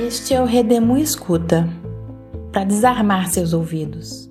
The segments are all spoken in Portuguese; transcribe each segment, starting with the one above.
Este é o Redemoinho Escuta, para desarmar seus ouvidos.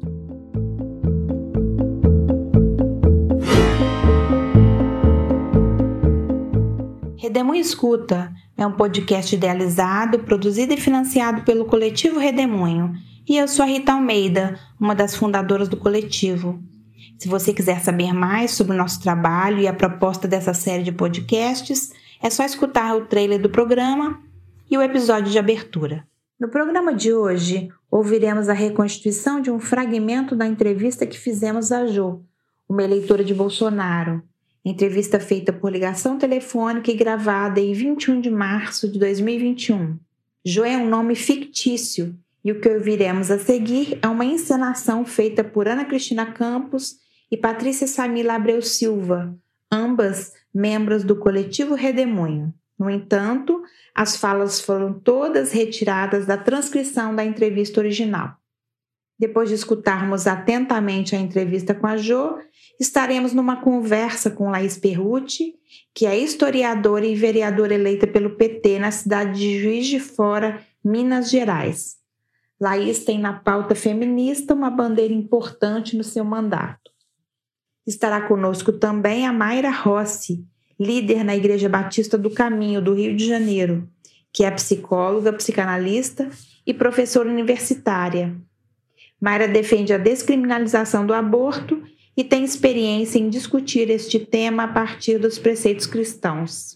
Redemoinho Escuta é um podcast idealizado, produzido e financiado pelo Coletivo Redemoinho. E eu sou a Rita Almeida, uma das fundadoras do coletivo. Se você quiser saber mais sobre o nosso trabalho e a proposta dessa série de podcasts, é só escutar o trailer do programa e o episódio de abertura. No programa de hoje, ouviremos a reconstituição de um fragmento da entrevista que fizemos a Jo, uma eleitora de Bolsonaro. Entrevista feita por ligação telefônica e gravada em 21 de março de 2021. Jo é um nome fictício e o que ouviremos a seguir é uma encenação feita por Ana Cristina Campos e Patrícia Samila Abreu Silva, ambas membros do Coletivo Redemoinho. No entanto, as falas foram todas retiradas da transcrição da entrevista original. Depois de escutarmos atentamente a entrevista com a Jo, estaremos numa conversa com Laís Perrucci, que é historiadora e vereadora eleita pelo PT na cidade de Juiz de Fora, Minas Gerais. Laís tem na pauta feminista uma bandeira importante no seu mandato. Estará conosco também a Mayra Rossi, líder na Igreja Batista do Caminho, do Rio de Janeiro, que é psicóloga, psicanalista e professora universitária. Mayra defende a descriminalização do aborto e tem experiência em discutir este tema a partir dos preceitos cristãos.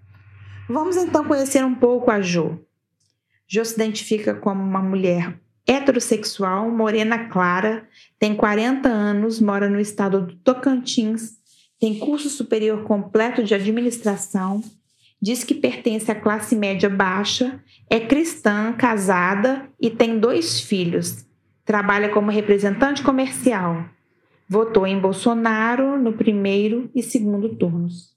Vamos então conhecer um pouco a Jo. Jo se identifica como uma mulher heterossexual, morena clara, tem 40 anos, mora no estado do Tocantins, tem curso superior completo de administração, diz que pertence à classe média baixa, é cristã, casada e tem 2 filhos. Trabalha como representante comercial. Votou em Bolsonaro no primeiro e segundo turnos.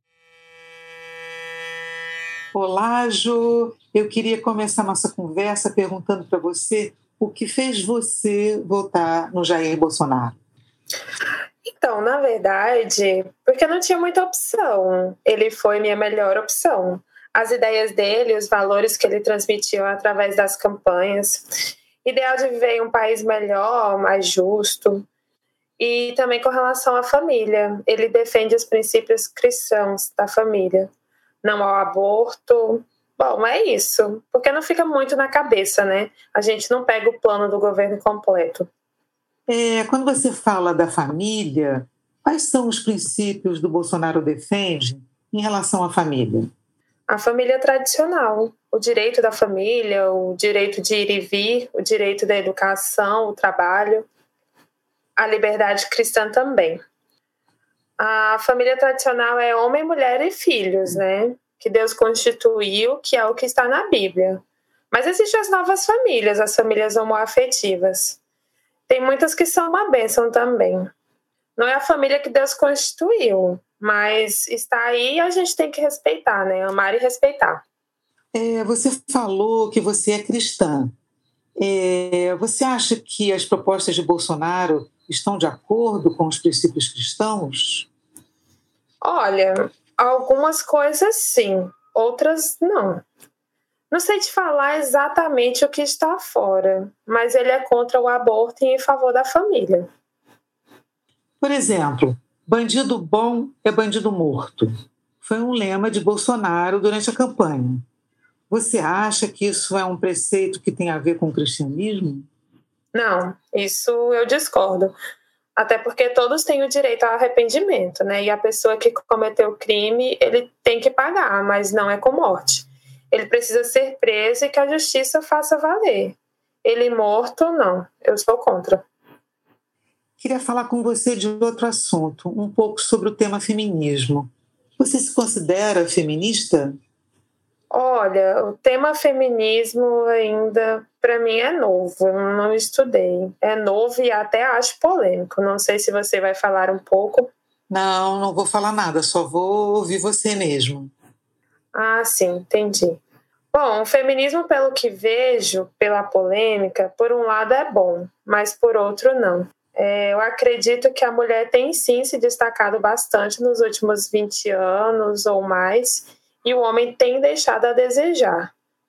Olá, Jo. Eu queria começar nossa conversa perguntando para você o que fez você votar no Jair Bolsonaro. Então, na verdade, porque não tinha muita opção. Ele foi minha melhor opção. As ideias dele, os valores que ele transmitiu através das campanhas, ideal de viver em um país melhor, mais justo, e também com relação à família. Ele defende os princípios cristãos da família, não ao aborto. Bom, é isso, porque não fica muito na cabeça, né? A gente não pega o plano do governo completo. Quando você fala da família, quais são os princípios do Bolsonaro defende em relação à família? A família tradicional, o direito da família, o direito de ir e vir, o direito da educação, o trabalho, a liberdade cristã também. A família tradicional é homem, mulher e filhos, né? Que Deus constituiu, que é o que está na Bíblia. Mas existem as novas famílias, as famílias homoafetivas. Tem muitas que são uma bênção também. Não é a família que Deus constituiu, mas está aí e a gente tem que respeitar, né? Amar e respeitar. Você falou que você é cristã. Você acha que as propostas de Bolsonaro estão de acordo com os princípios cristãos? Olha, algumas coisas sim, outras não. Não sei te falar exatamente o que está fora, mas ele é contra o aborto e em favor da família. Por exemplo, bandido bom é bandido morto. Foi um lema de Bolsonaro durante a campanha. Você acha que isso é um preceito que tem a ver com o cristianismo? Não, isso eu discordo. Até porque todos têm o direito ao arrependimento, né? E a pessoa que cometeu o crime, ele tem que pagar, mas não é com morte. Ele precisa ser preso e que a justiça faça valer. Ele morto, não. Eu sou contra. Queria falar com você de outro assunto, um pouco sobre o tema feminismo. Você se considera feminista? Olha, o tema feminismo ainda, para mim, é novo. Eu não estudei. É novo e até acho polêmico. Não sei se você vai falar um pouco. Não vou falar nada, só vou ouvir você mesmo. Ah, sim, entendi. Bom, o feminismo, pelo que vejo, pela polêmica, por um lado é bom, mas por outro não. Eu acredito que a mulher tem sim se destacado bastante nos últimos 20 anos ou mais, e o homem tem deixado a desejar.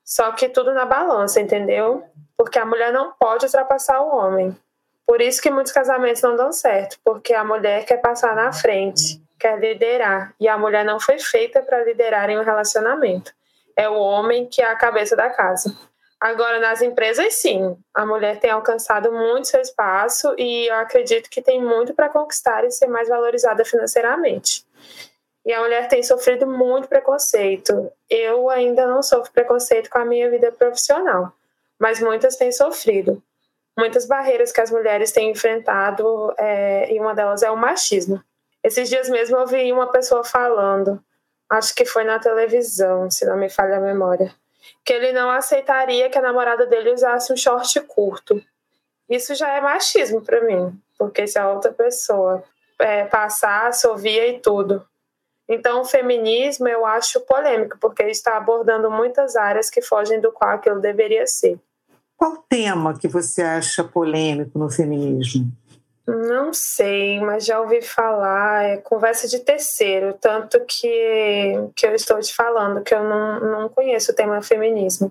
Só que tudo na balança, entendeu? Porque a mulher não pode ultrapassar o homem. Por isso que muitos casamentos não dão certo, porque a mulher quer passar na frente, quer liderar, e a mulher não foi feita para liderar em um relacionamento. É o homem que é a cabeça da casa. Agora, nas empresas, sim, a mulher tem alcançado muito seu espaço e eu acredito que tem muito para conquistar e ser mais valorizada financeiramente. E a mulher tem sofrido muito preconceito. Eu ainda não sofro preconceito com a minha vida profissional, mas muitas têm sofrido. Muitas barreiras que as mulheres têm enfrentado, e uma delas é o machismo. Esses dias mesmo eu vi uma pessoa falando, acho que foi na televisão, se não me falha a memória, que ele não aceitaria que a namorada dele usasse um short curto. Isso já é machismo para mim, porque se a outra pessoa passasse, ouvia e tudo. Então, o feminismo eu acho polêmico, porque está abordando muitas áreas que fogem do qual aquilo deveria ser. Qual tema que você acha polêmico no feminismo? Não sei, mas já ouvi falar, é conversa de terceiro, tanto que eu estou te falando, que eu não conheço o tema feminismo.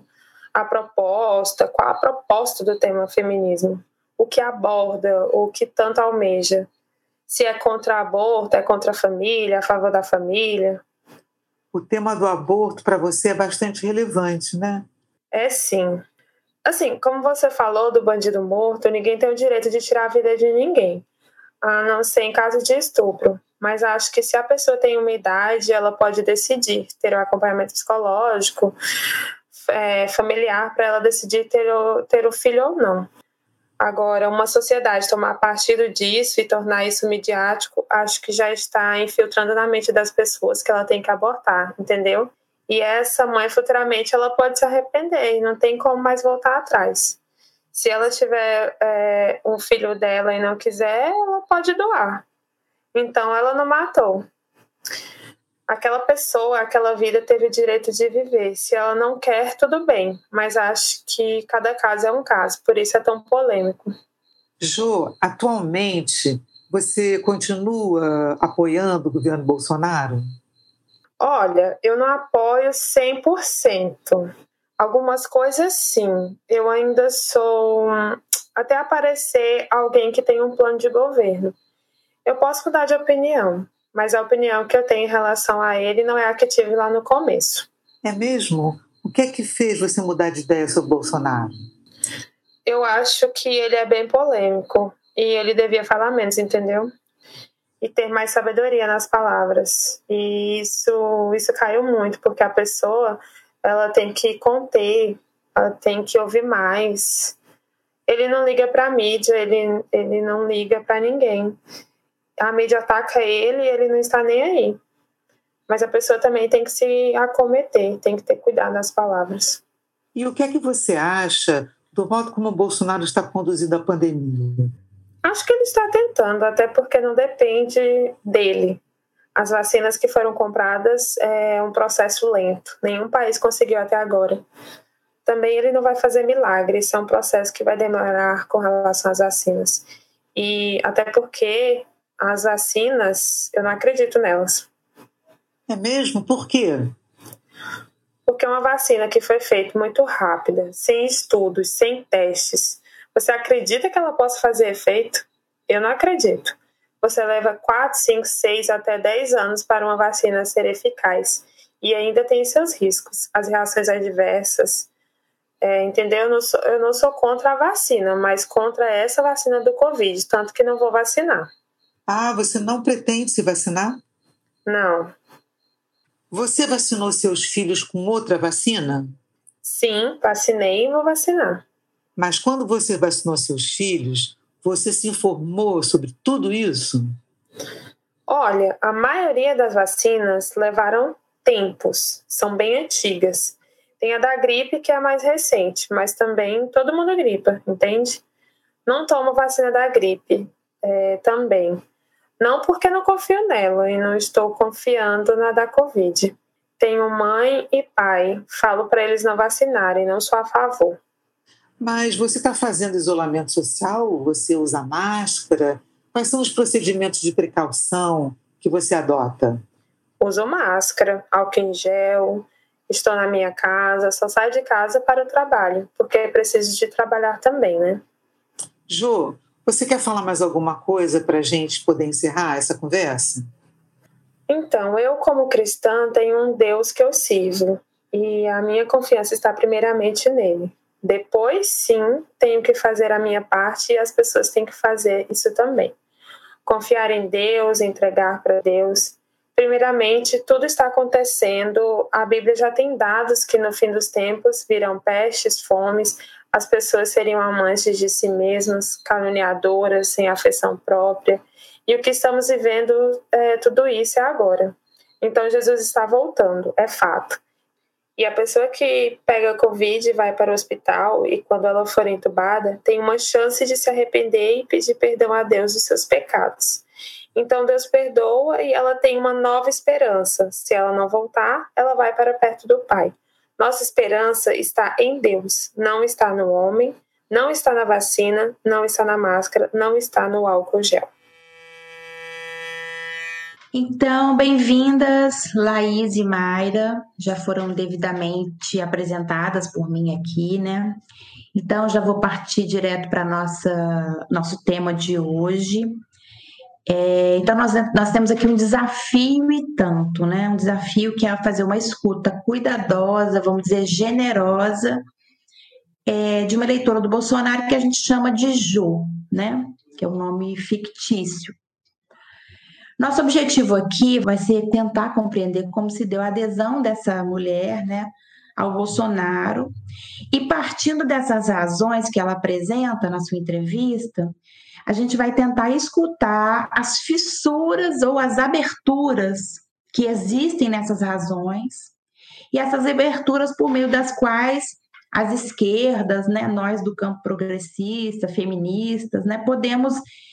Qual a proposta do tema feminismo? O que aborda, o que tanto almeja? Se é contra aborto, é contra a família, a favor da família? O tema do aborto para você é bastante relevante, né? É sim. Assim, como você falou do bandido morto, ninguém tem o direito de tirar a vida de ninguém, a não ser em caso de estupro. Mas acho que se a pessoa tem uma idade, ela pode decidir ter um acompanhamento psicológico, familiar, para ela decidir ter o filho ou não. Agora, uma sociedade tomar partido disso e tornar isso midiático, acho que já está infiltrando na mente das pessoas que ela tem que abortar, entendeu? E essa mãe, futuramente, ela pode se arrepender e não tem como mais voltar atrás. Se ela tiver um filho dela e não quiser, ela pode doar. Então, ela não matou. Aquela pessoa, aquela vida teve o direito de viver. Se ela não quer, tudo bem. Mas acho que cada caso é um caso, por isso é tão polêmico. Jo, atualmente, você continua apoiando o governo Bolsonaro? Olha, eu não apoio 100%. Algumas coisas, sim. Eu ainda sou... Até aparecer alguém que tem um plano de governo. Eu posso mudar de opinião, mas a opinião que eu tenho em relação a ele não é a que tive lá no começo. É mesmo? O que é que fez você mudar de ideia sobre Bolsonaro? Eu acho que ele é bem polêmico e ele devia falar menos, entendeu? E ter mais sabedoria nas palavras. E isso caiu muito, porque a pessoa ela tem que conter, ela tem que ouvir mais. Ele não liga para a mídia, ele não liga para ninguém. A mídia ataca ele e ele não está nem aí. Mas a pessoa também tem que se acometer, tem que ter cuidado nas palavras. E o que é que você acha do modo como o Bolsonaro está conduzindo a pandemia? Acho que ele está tentando, até porque não depende dele. As vacinas que foram compradas é um processo lento. Nenhum país conseguiu até agora. Também ele não vai fazer milagre. Isso é um processo que vai demorar com relação às vacinas. E até porque as vacinas, eu não acredito nelas. É mesmo? Por quê? Porque é uma vacina que foi feita muito rápida, sem estudos, sem testes. Você acredita que ela possa fazer efeito? Eu não acredito. Você leva 4, 5, 6 até 10 anos para uma vacina ser eficaz. E ainda tem seus riscos, as reações adversas. Entendeu? Eu não sou contra a vacina, mas contra essa vacina do Covid, tanto que não vou vacinar. Ah, você não pretende se vacinar? Não. Você vacinou seus filhos com outra vacina? Sim, vacinei e vou vacinar. Mas quando você vacinou seus filhos, você se informou sobre tudo isso? Olha, a maioria das vacinas levaram tempos, são bem antigas. Tem a da gripe, que é a mais recente, mas também todo mundo gripa, entende? Não tomo vacina da gripe também. Não porque não confio nela e não estou confiando na da Covid. Tenho mãe e pai, falo para eles não vacinarem, não sou a favor. Mas você está fazendo isolamento social? Você usa máscara? Quais são os procedimentos de precaução que você adota? Uso máscara, álcool em gel, estou na minha casa, só saio de casa para o trabalho, porque preciso de trabalhar também, né? Jô, você quer falar mais alguma coisa para a gente poder encerrar essa conversa? Então, eu como cristã tenho um Deus que eu sirvo e a minha confiança está primeiramente nele. Depois, sim, tenho que fazer a minha parte e as pessoas têm que fazer isso também. Confiar em Deus, entregar para Deus. Primeiramente, tudo está acontecendo. A Bíblia já tem dados que no fim dos tempos virão pestes, fomes, as pessoas seriam amantes de si mesmas, caluniadoras, sem afeição própria. E o que estamos vivendo, tudo isso é agora. Então, Jesus está voltando, é fato. E a pessoa que pega Covid e vai para o hospital e quando ela for entubada, tem uma chance de se arrepender e pedir perdão a Deus dos seus pecados. Então Deus perdoa e ela tem uma nova esperança. Se ela não voltar, ela vai para perto do Pai. Nossa esperança está em Deus, não está no homem, não está na vacina, não está na máscara, não está no álcool gel. Então, bem-vindas, Laís e Mayra, já foram devidamente apresentadas por mim aqui, né? Então, já vou partir direto para nosso tema de hoje. Então, nós temos aqui um desafio e tanto, né? Um desafio que é fazer uma escuta cuidadosa, vamos dizer, generosa, de uma eleitora do Bolsonaro que a gente chama de Jô, né? Que é um nome fictício. Nosso objetivo aqui vai ser tentar compreender como se deu a adesão dessa mulher, né, ao Bolsonaro, e partindo dessas razões que ela apresenta na sua entrevista, a gente vai tentar escutar as fissuras ou as aberturas que existem nessas razões, e essas aberturas por meio das quais as esquerdas, né, nós do campo progressista, feministas, né, podemos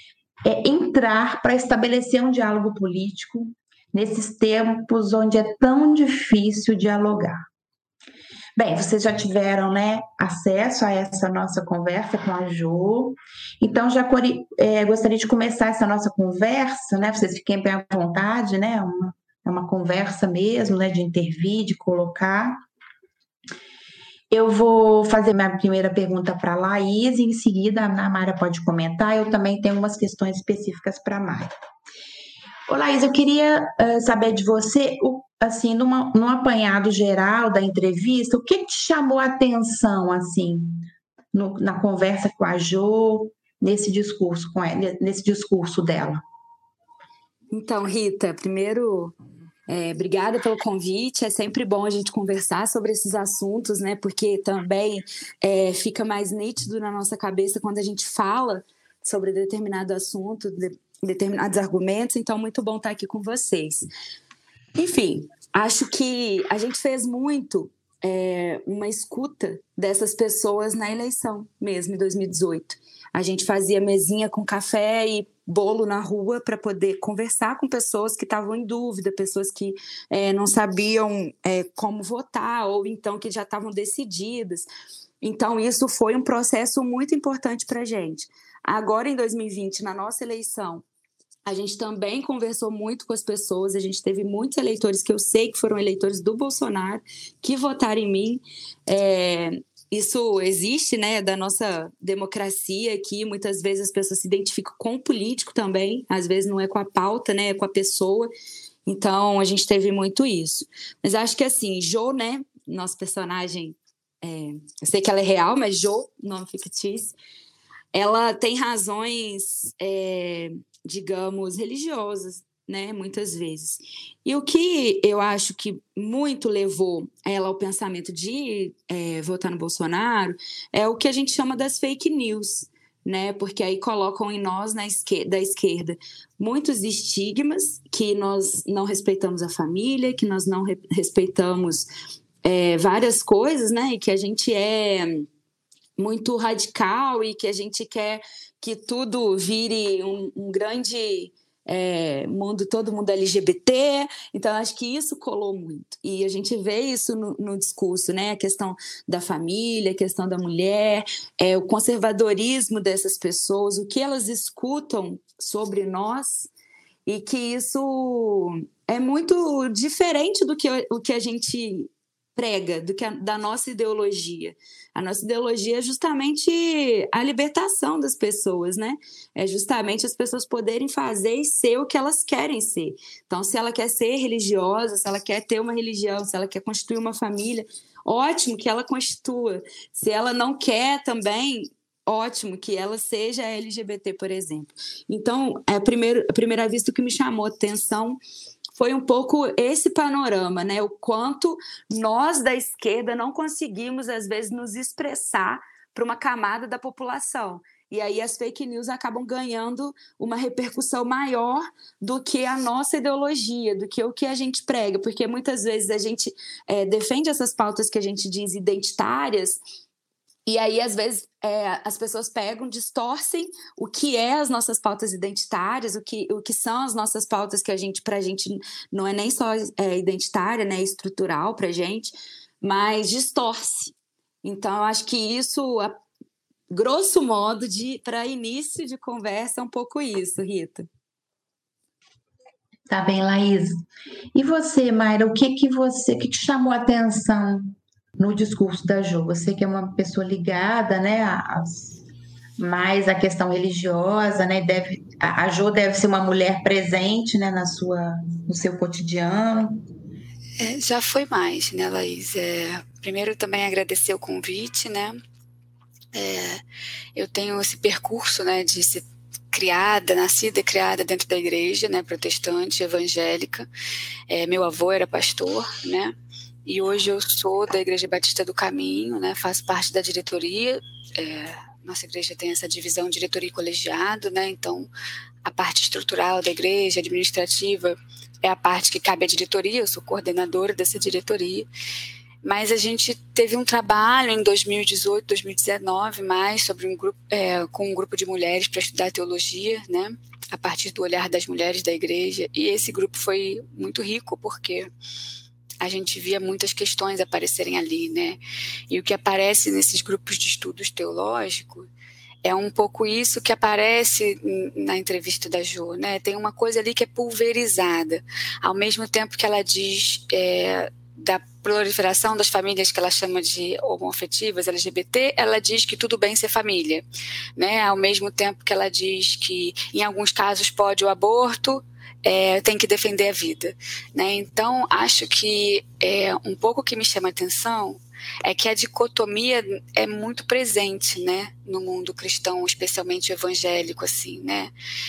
entrar para estabelecer um diálogo político nesses tempos onde é tão difícil dialogar. Bem, vocês já tiveram, né, acesso a essa nossa conversa com a Jô, então já gostaria de começar essa nossa conversa, né, vocês fiquem bem à vontade, né, é uma conversa mesmo, né, de intervir, de colocar. Eu vou fazer minha primeira pergunta para a Laís, e em seguida a Mayra pode comentar. Eu também tenho umas questões específicas para a Mayra. Ô, Laís, eu queria saber de você, assim, num apanhado geral da entrevista, o que te chamou a atenção, assim, na conversa com a Jô, nesse discurso dela? Então, Rita, primeiro, obrigada pelo convite. É sempre bom a gente conversar sobre esses assuntos, né? Porque também fica mais nítido na nossa cabeça quando a gente fala sobre determinado assunto, determinados argumentos. Então, muito bom estar aqui com vocês. Enfim, acho que a gente fez muito uma escuta dessas pessoas na eleição mesmo, em 2018. A gente fazia mesinha com café e bolo na rua para poder conversar com pessoas que estavam em dúvida, pessoas que não sabiam como votar ou então que já estavam decididas. Então, isso foi um processo muito importante para a gente. Agora, em 2020, na nossa eleição, a gente também conversou muito com as pessoas, a gente teve muitos eleitores que eu sei que foram eleitores do Bolsonaro, que votaram em mim. Isso existe, né, da nossa democracia aqui, muitas vezes as pessoas se identificam com o político também, às vezes não é com a pauta, né, é com a pessoa, então a gente teve muito isso. Mas acho que assim, Jô, né, nosso personagem, eu sei que ela é real, mas Jô, nome fictício, ela tem razões, digamos, religiosas, né, muitas vezes. E o que eu acho que muito levou ela ao pensamento de votar no Bolsonaro é o que a gente chama das fake news, né, porque aí colocam em nós, da esquerda, muitos estigmas, que nós não respeitamos a família, que nós não respeitamos várias coisas, né, e que a gente é muito radical e que a gente quer que tudo vire um grande mundo, todo mundo LGBT. Então, acho que isso colou muito. E a gente vê isso no discurso, né? A questão da família, a questão da mulher, o conservadorismo dessas pessoas, o que elas escutam sobre nós, e que isso é muito diferente do que o que a gente prega, da nossa ideologia. A nossa ideologia é justamente a libertação das pessoas, né? É justamente as pessoas poderem fazer e ser o que elas querem ser. Então, se ela quer ser religiosa, se ela quer ter uma religião, se ela quer constituir uma família, ótimo que ela constitua. Se ela não quer também, ótimo que ela seja LGBT, por exemplo. Então, à primeira vista, o que me chamou a atenção foi um pouco esse panorama, né? O quanto nós da esquerda não conseguimos, às vezes, nos expressar para uma camada da população. E aí as fake news acabam ganhando uma repercussão maior do que a nossa ideologia, do que o que a gente prega, porque muitas vezes a gente defende essas pautas que a gente diz identitárias, e aí, às vezes, as pessoas pegam, distorcem o que é as nossas pautas identitárias, o que são as nossas pautas que pra gente não é nem só identitária, né, estrutural pra gente, mas distorce. Então, eu acho que isso, grosso modo, para início de conversa, é um pouco isso, Rita. Tá bem, Laís. E você, Mayra, o que te chamou a atenção no discurso da Jo? Você que é uma pessoa ligada, né, mais à questão religiosa, né, a Jo deve ser uma mulher presente, né, no seu cotidiano. Já foi mais, né, Laís? Primeiro também agradecer o convite, né? Eu tenho esse percurso, né, de ser nascida e criada dentro da igreja, né, protestante, evangélica. Meu avô era pastor, né? E hoje eu sou da Igreja Batista do Caminho, né? Faço parte da diretoria. Nossa igreja tem essa divisão diretoria e colegiado, né? Então, a parte estrutural da igreja, administrativa, é a parte que cabe à diretoria. Eu sou coordenadora dessa diretoria. Mas a gente teve um trabalho em 2018, 2019, mais sobre com um grupo de mulheres para estudar teologia, né? A partir do olhar das mulheres da igreja. E esse grupo foi muito rico, porque a gente via muitas questões aparecerem ali, né? E o que aparece nesses grupos de estudos teológicos é um pouco isso que aparece na entrevista da Jo, né? Tem uma coisa ali que é pulverizada. Ao mesmo tempo que ela diz da proliferação das famílias que ela chama de homoafetivas, LGBT, ela diz que tudo bem ser família, né? Ao mesmo tempo que ela diz que em alguns casos pode o aborto, tem que defender a vida, né? Então, acho que um pouco que me chama a atenção é que a dicotomia é muito presente, né, no mundo cristão, especialmente evangélico, assim, né?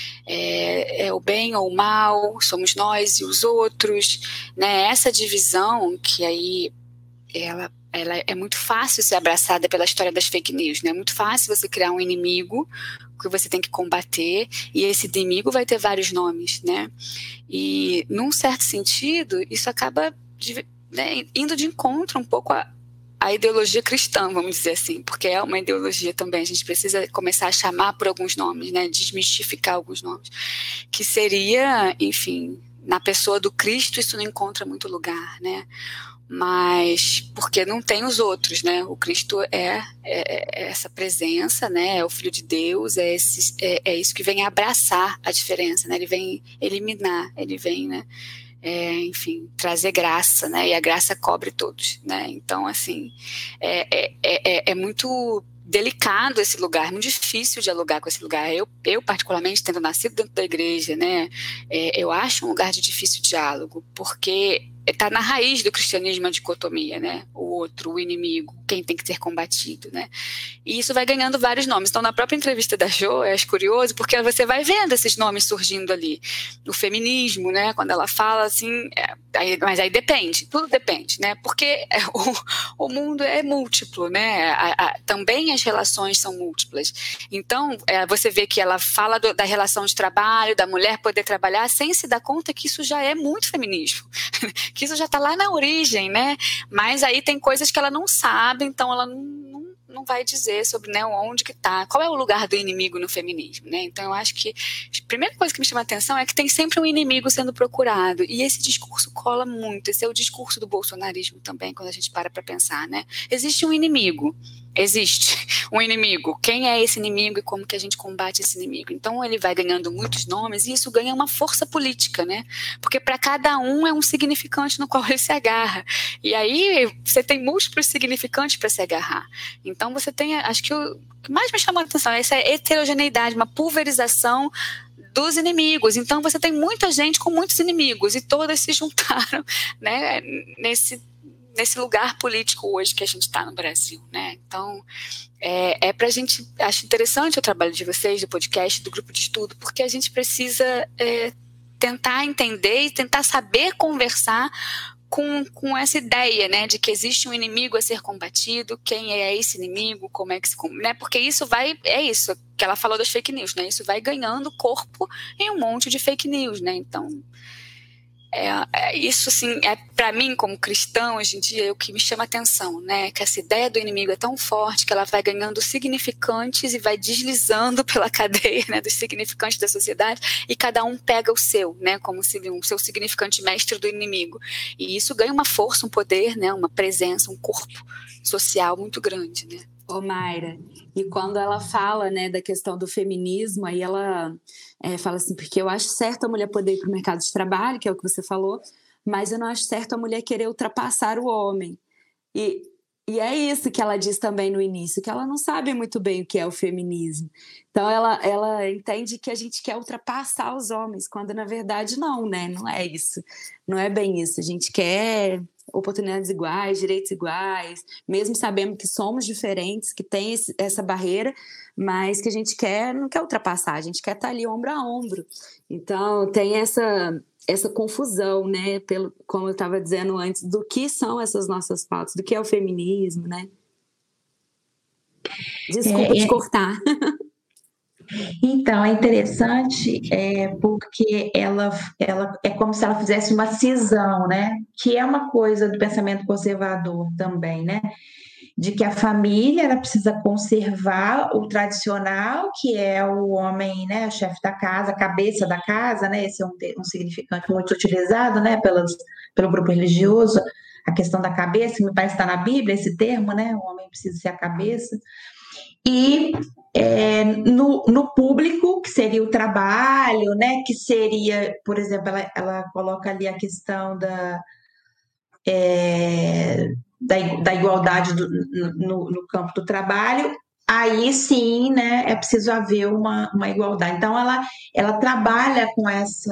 É o bem ou o mal, somos nós e os outros, né? Essa divisão que aí ela é muito fácil ser abraçada pela história das fake news, né? É muito fácil você criar um inimigo que você tem que combater, e esse inimigo vai ter vários nomes, né? E, num certo sentido, isso acaba indo de encontro um pouco a ideologia cristã, vamos dizer assim, porque é uma ideologia também, a gente precisa começar a chamar por alguns nomes, né? Desmistificar alguns nomes, que seria, enfim, na pessoa do Cristo isso não encontra muito lugar, né? Mas porque não tem os outros, né? O Cristo é essa presença, né? É o Filho de Deus, é isso que vem abraçar a diferença, né? Ele vem eliminar, ele vem, né? Enfim, trazer graça, né? E a graça cobre todos, né? Então, assim, é muito delicado esse lugar, é muito difícil dialogar com esse lugar. Eu particularmente, tendo nascido dentro da igreja, né? Eu acho um lugar de difícil diálogo, porque está na raiz do cristianismo a dicotomia, né? O outro, o inimigo, quem tem que ser combatido, né? E isso vai ganhando vários nomes. Então, na própria entrevista da Jo, é curioso, porque você vai vendo esses nomes surgindo ali. O feminismo, né? Quando ela fala assim, mas aí depende, tudo depende, né? Porque o mundo é múltiplo, né? Também as relações são múltiplas. Então, você vê que ela fala da relação de trabalho, da mulher poder trabalhar, sem se dar conta que isso já é muito feminismo. Que isso já está lá na origem, né? Mas aí tem coisas que ela não sabe, então ela não vai dizer sobre, né, onde que está, qual é o lugar do inimigo no feminismo, né? Então eu acho que a primeira coisa que me chama a atenção é que tem sempre um inimigo sendo procurado, e esse discurso cola muito. Esse é o discurso do bolsonarismo também, quando a gente para pensar, né? Existe um inimigo, existe um inimigo. Quem é esse inimigo e como que a gente combate esse inimigo? Então ele vai ganhando muitos nomes e isso ganha uma força política, né? Porque para cada um é um significante no qual ele se agarra. E aí você tem múltiplos significantes para se agarrar. Então você tem, acho que o que mais me chamou a atenção é essa heterogeneidade, uma pulverização dos inimigos. Então você tem muita gente com muitos inimigos e todas se juntaram, né, nesse lugar político hoje que a gente está no Brasil, né? Então, para a gente, acho interessante o trabalho de vocês, do podcast, do grupo de estudo, porque a gente precisa tentar entender e tentar saber conversar com essa ideia, né, de que existe um inimigo a ser combatido, quem é esse inimigo, como é que se... Né, porque isso isso que ela falou das fake news, né, isso vai ganhando corpo em um monte de fake news, né, então... isso, assim, para mim, como cristã, hoje em dia, é o que me chama a atenção, né? Que essa ideia do inimigo é tão forte que ela vai ganhando significantes e vai deslizando pela cadeia, né, dos significantes da sociedade, e cada um pega o seu, né? Como se o seu significante mestre do inimigo. E isso ganha uma força, um poder, né? Uma presença, um corpo social muito grande, né? Ô Mayra, e quando ela fala, né, da questão do feminismo, aí ela fala assim, porque eu acho certo a mulher poder ir para o mercado de trabalho, que é o que você falou, mas eu não acho certo a mulher querer ultrapassar o homem. E é isso que ela diz também no início, que ela não sabe muito bem o que é o feminismo. Então ela entende que a gente quer ultrapassar os homens, quando na verdade não, né? Não é isso. Não é bem isso. A gente quer oportunidades iguais, direitos iguais, mesmo sabendo que somos diferentes, que tem essa barreira, mas que a gente não quer ultrapassar, a gente quer estar ali ombro a ombro. Então tem essa confusão, né, como eu estava dizendo antes, do que são essas nossas pautas, do que é o feminismo, né? Desculpa te cortar. Então, é interessante porque ela é como se ela fizesse uma cisão, né? Que é uma coisa do pensamento conservador também, né? De que a família ela precisa conservar o tradicional, que é o homem, né, chefe da casa, a cabeça da casa, né? Esse é um significante muito utilizado, né, pelo grupo religioso, a questão da cabeça, me parece que está na Bíblia esse termo, né? O homem precisa ser a cabeça. E no público, que seria o trabalho, né? Que seria, por exemplo, ela coloca ali a questão da igualdade no campo do trabalho, aí sim, né, é preciso haver uma igualdade. Então, ela trabalha com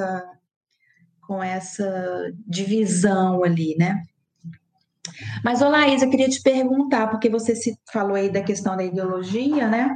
essa divisão ali, né? Mas, ô Laís, eu queria te perguntar, porque você falou aí da questão da ideologia, né?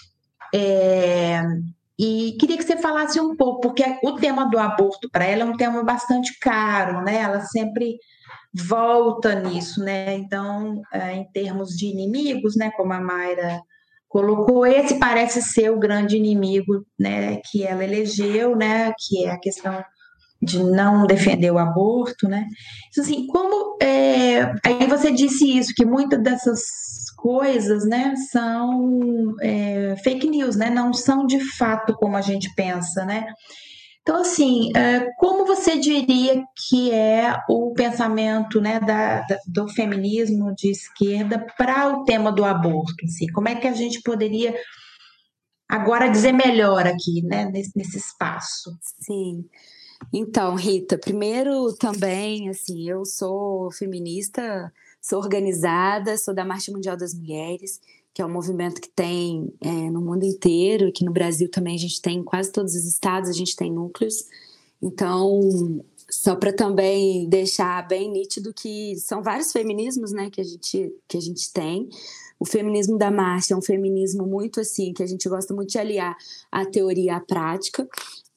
E queria que você falasse um pouco, porque o tema do aborto para ela é um tema bastante caro, né? Ela sempre volta nisso, né? Então, em termos de inimigos, né? Como a Mayra colocou, esse parece ser o grande inimigo, né? Que ela elegeu, né? Que é a questão de não defender o aborto, né? Então, assim, aí você disse isso, que muitas dessas coisas, né, são fake news, né? Não são de fato como a gente pensa, né? Então, assim, como você diria que é o pensamento, né, do feminismo de esquerda para o tema do aborto? Assim? Como é que a gente poderia agora dizer melhor aqui, né, nesse espaço? Sim. Então, Rita, primeiro também, assim, eu sou feminista, sou organizada, sou da Marcha Mundial das Mulheres, que é um movimento que tem no mundo inteiro, que no Brasil também a gente tem, em quase todos os estados a gente tem núcleos. Então, só para também deixar bem nítido que são vários feminismos, né, que a gente tem. O feminismo da Marcha é um feminismo muito assim, que a gente gosta muito de aliar a teoria à prática.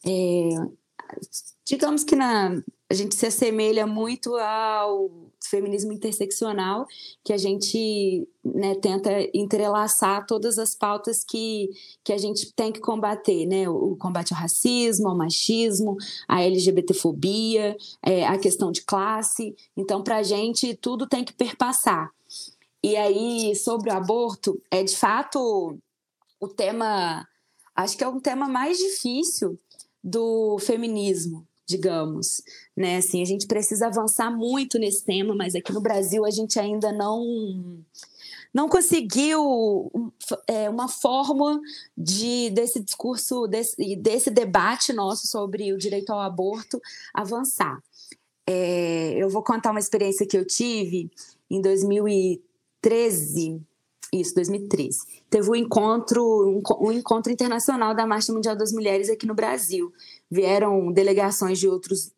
Digamos que a gente se assemelha muito ao feminismo interseccional, que a gente, né, tenta entrelaçar todas as pautas que a gente tem que combater, né? O combate ao racismo, ao machismo, à LGBTfobia, a questão de classe. Então, para a gente, tudo tem que perpassar. E aí, sobre o aborto, de fato o tema, acho que é um tema mais difícil do feminismo, digamos, né? Assim, a gente precisa avançar muito nesse tema, mas aqui no Brasil a gente ainda não conseguiu uma forma desse discurso, desse debate nosso sobre o direito ao aborto avançar. Eu vou contar uma experiência que eu tive em 2013. Isso, 2013. Teve um encontro internacional da Marcha Mundial das Mulheres aqui no Brasil. Vieram delegações de outros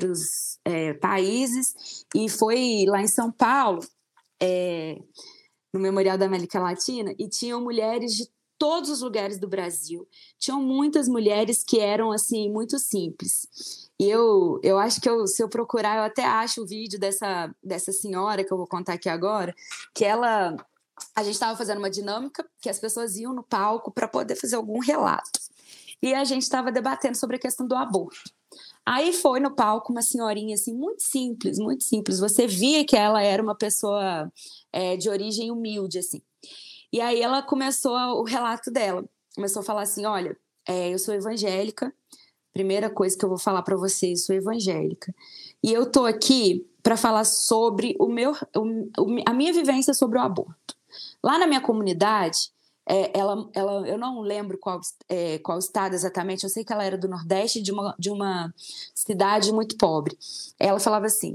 países e foi lá em São Paulo, no Memorial da América Latina, e tinham mulheres de todos os lugares do Brasil. Tinham muitas mulheres que eram assim muito simples. E eu acho que se eu procurar, eu até acho o vídeo dessa senhora que eu vou contar aqui agora, que a gente estava fazendo uma dinâmica que as pessoas iam no palco para poder fazer algum relato. E a gente estava debatendo sobre a questão do aborto. Aí foi no palco uma senhorinha assim, muito simples, muito simples. Você via que ela era uma pessoa de origem humilde, assim. E aí ela começou o relato dela. Começou a falar assim, olha, eu sou evangélica. Primeira coisa que eu vou falar para vocês, sou evangélica. E eu tô aqui para falar sobre a minha vivência sobre o aborto. Lá na minha comunidade, eu não lembro qual estado exatamente, eu sei que ela era do Nordeste, de uma cidade muito pobre. Ela falava assim,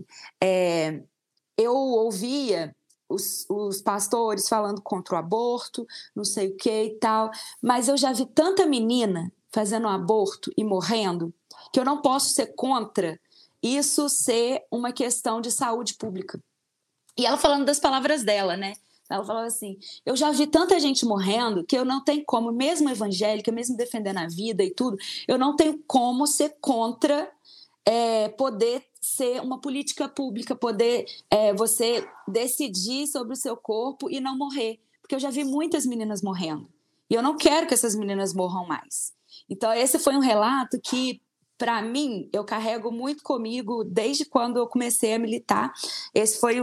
eu ouvia os pastores falando contra o aborto, não sei o que e tal, mas eu já vi tanta menina fazendo um aborto e morrendo, que eu não posso ser contra isso ser uma questão de saúde pública. E ela falando das palavras dela, né? Ela falava assim, eu já vi tanta gente morrendo que eu não tenho como, mesmo evangélica, mesmo defendendo a vida e tudo, eu não tenho como ser contra poder ser uma política pública, poder você decidir sobre o seu corpo e não morrer. Porque eu já vi muitas meninas morrendo. E eu não quero que essas meninas morram mais. Então, esse foi um relato que, para mim, eu carrego muito comigo desde quando eu comecei a militar. Esse foi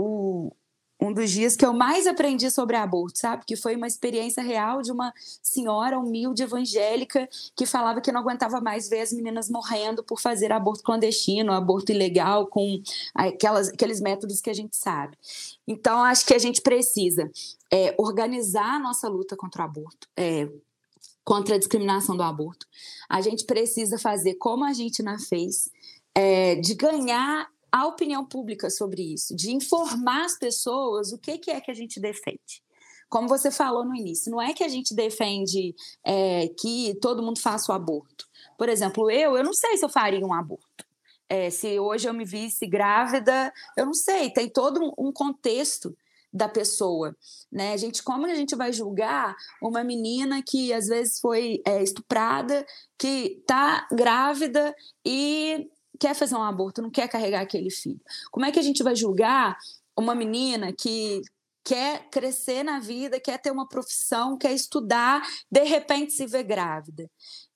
um dos dias que eu mais aprendi sobre aborto, sabe? Que foi uma experiência real de uma senhora humilde, evangélica, que falava que não aguentava mais ver as meninas morrendo por fazer aborto clandestino, aborto ilegal, com aqueles métodos que a gente sabe. Então, acho que a gente precisa organizar a nossa luta contra o aborto, contra a discriminação do aborto. A gente precisa fazer como a Argentina fez, de ganhar a opinião pública sobre isso, de informar as pessoas o que é que a gente defende. Como você falou no início, não é que a gente defende que todo mundo faça o aborto. Por exemplo, eu não sei se eu faria um aborto. Se hoje eu me visse grávida, eu não sei, tem todo um contexto da pessoa, né? Como a gente vai julgar uma menina que às vezes foi estuprada, que está grávida e quer fazer um aborto, não quer carregar aquele filho? Como é que a gente vai julgar uma menina que quer crescer na vida, quer ter uma profissão, quer estudar, de repente se vê grávida?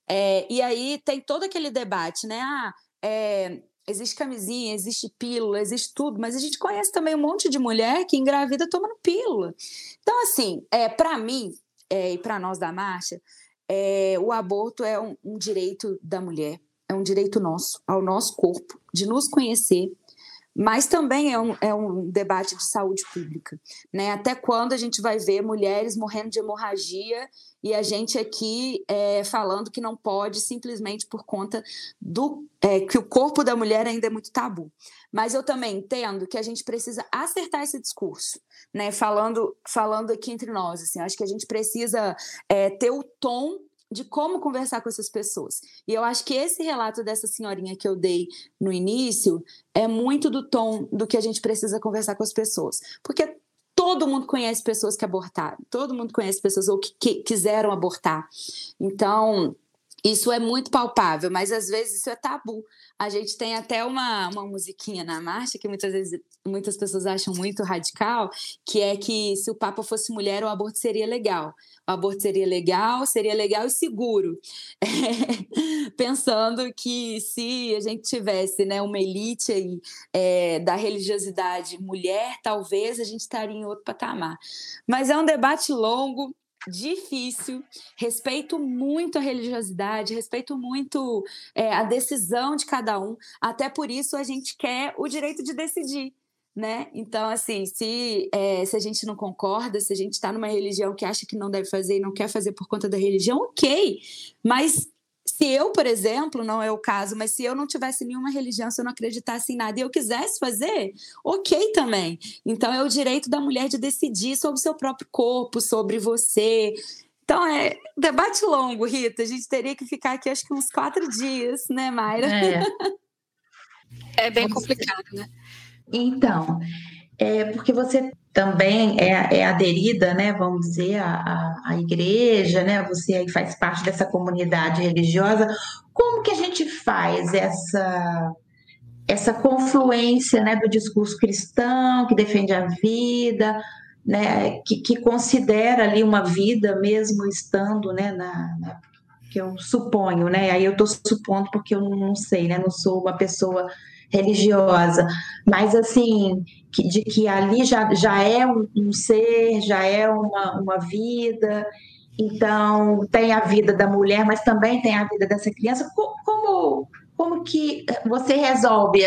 E aí tem todo aquele debate, né? Existe camisinha, existe pílula, existe tudo, mas a gente conhece também um monte de mulher que engravida tomando pílula. Então, assim, para mim e para nós da Marcha, o aborto é um direito da mulher, é um direito nosso, ao nosso corpo, de nos conhecer, mas também é um debate de saúde pública, né? Até quando a gente vai ver mulheres morrendo de hemorragia e a gente aqui falando que não pode simplesmente por conta que o corpo da mulher ainda é muito tabu. Mas eu também entendo que a gente precisa acertar esse discurso, né? Falando aqui entre nós, assim, acho que a gente precisa ter o tom de como conversar com essas pessoas. E eu acho que esse relato dessa senhorinha que eu dei no início é muito do tom do que a gente precisa conversar com as pessoas. Porque todo mundo conhece pessoas que abortaram, todo mundo conhece pessoas ou que quiseram abortar. Então, isso é muito palpável, mas às vezes isso é tabu. A gente tem até uma musiquinha na marcha que muitas pessoas acham muito radical, que é que se o Papa fosse mulher, o aborto seria legal. O aborto seria legal e seguro. Pensando que se a gente tivesse, né, uma elite aí, da religiosidade mulher, talvez a gente estaria em outro patamar. Mas é um debate longo. difícil, respeito muito a religiosidade, respeito muito a decisão de cada um, até por isso a gente quer o direito de decidir, né? Então, assim, se a gente não concorda, se a gente está numa religião que acha que não deve fazer e não quer fazer por conta da religião, ok, mas se eu, por exemplo, não é o caso, mas se eu não tivesse nenhuma religião, se eu não acreditasse em nada e eu quisesse fazer, ok também. Então, é o direito da mulher de decidir sobre o seu próprio corpo, sobre você. Então, debate longo, Rita. A gente teria que ficar aqui, acho que uns 4 dias, né, Mayra? É bem complicado, né? Então, porque você também é aderida, né, vamos dizer, à igreja, né, você aí faz parte dessa comunidade religiosa. Como que a gente faz essa confluência, né, do discurso cristão, que defende a vida, né, que considera ali uma vida mesmo estando, né, que eu suponho, né, aí eu estou supondo porque eu não sei, né, não sou uma pessoa religiosa, mas assim, de que ali já é um ser, já é uma vida, então tem a vida da mulher, mas também tem a vida dessa criança. Como que você resolve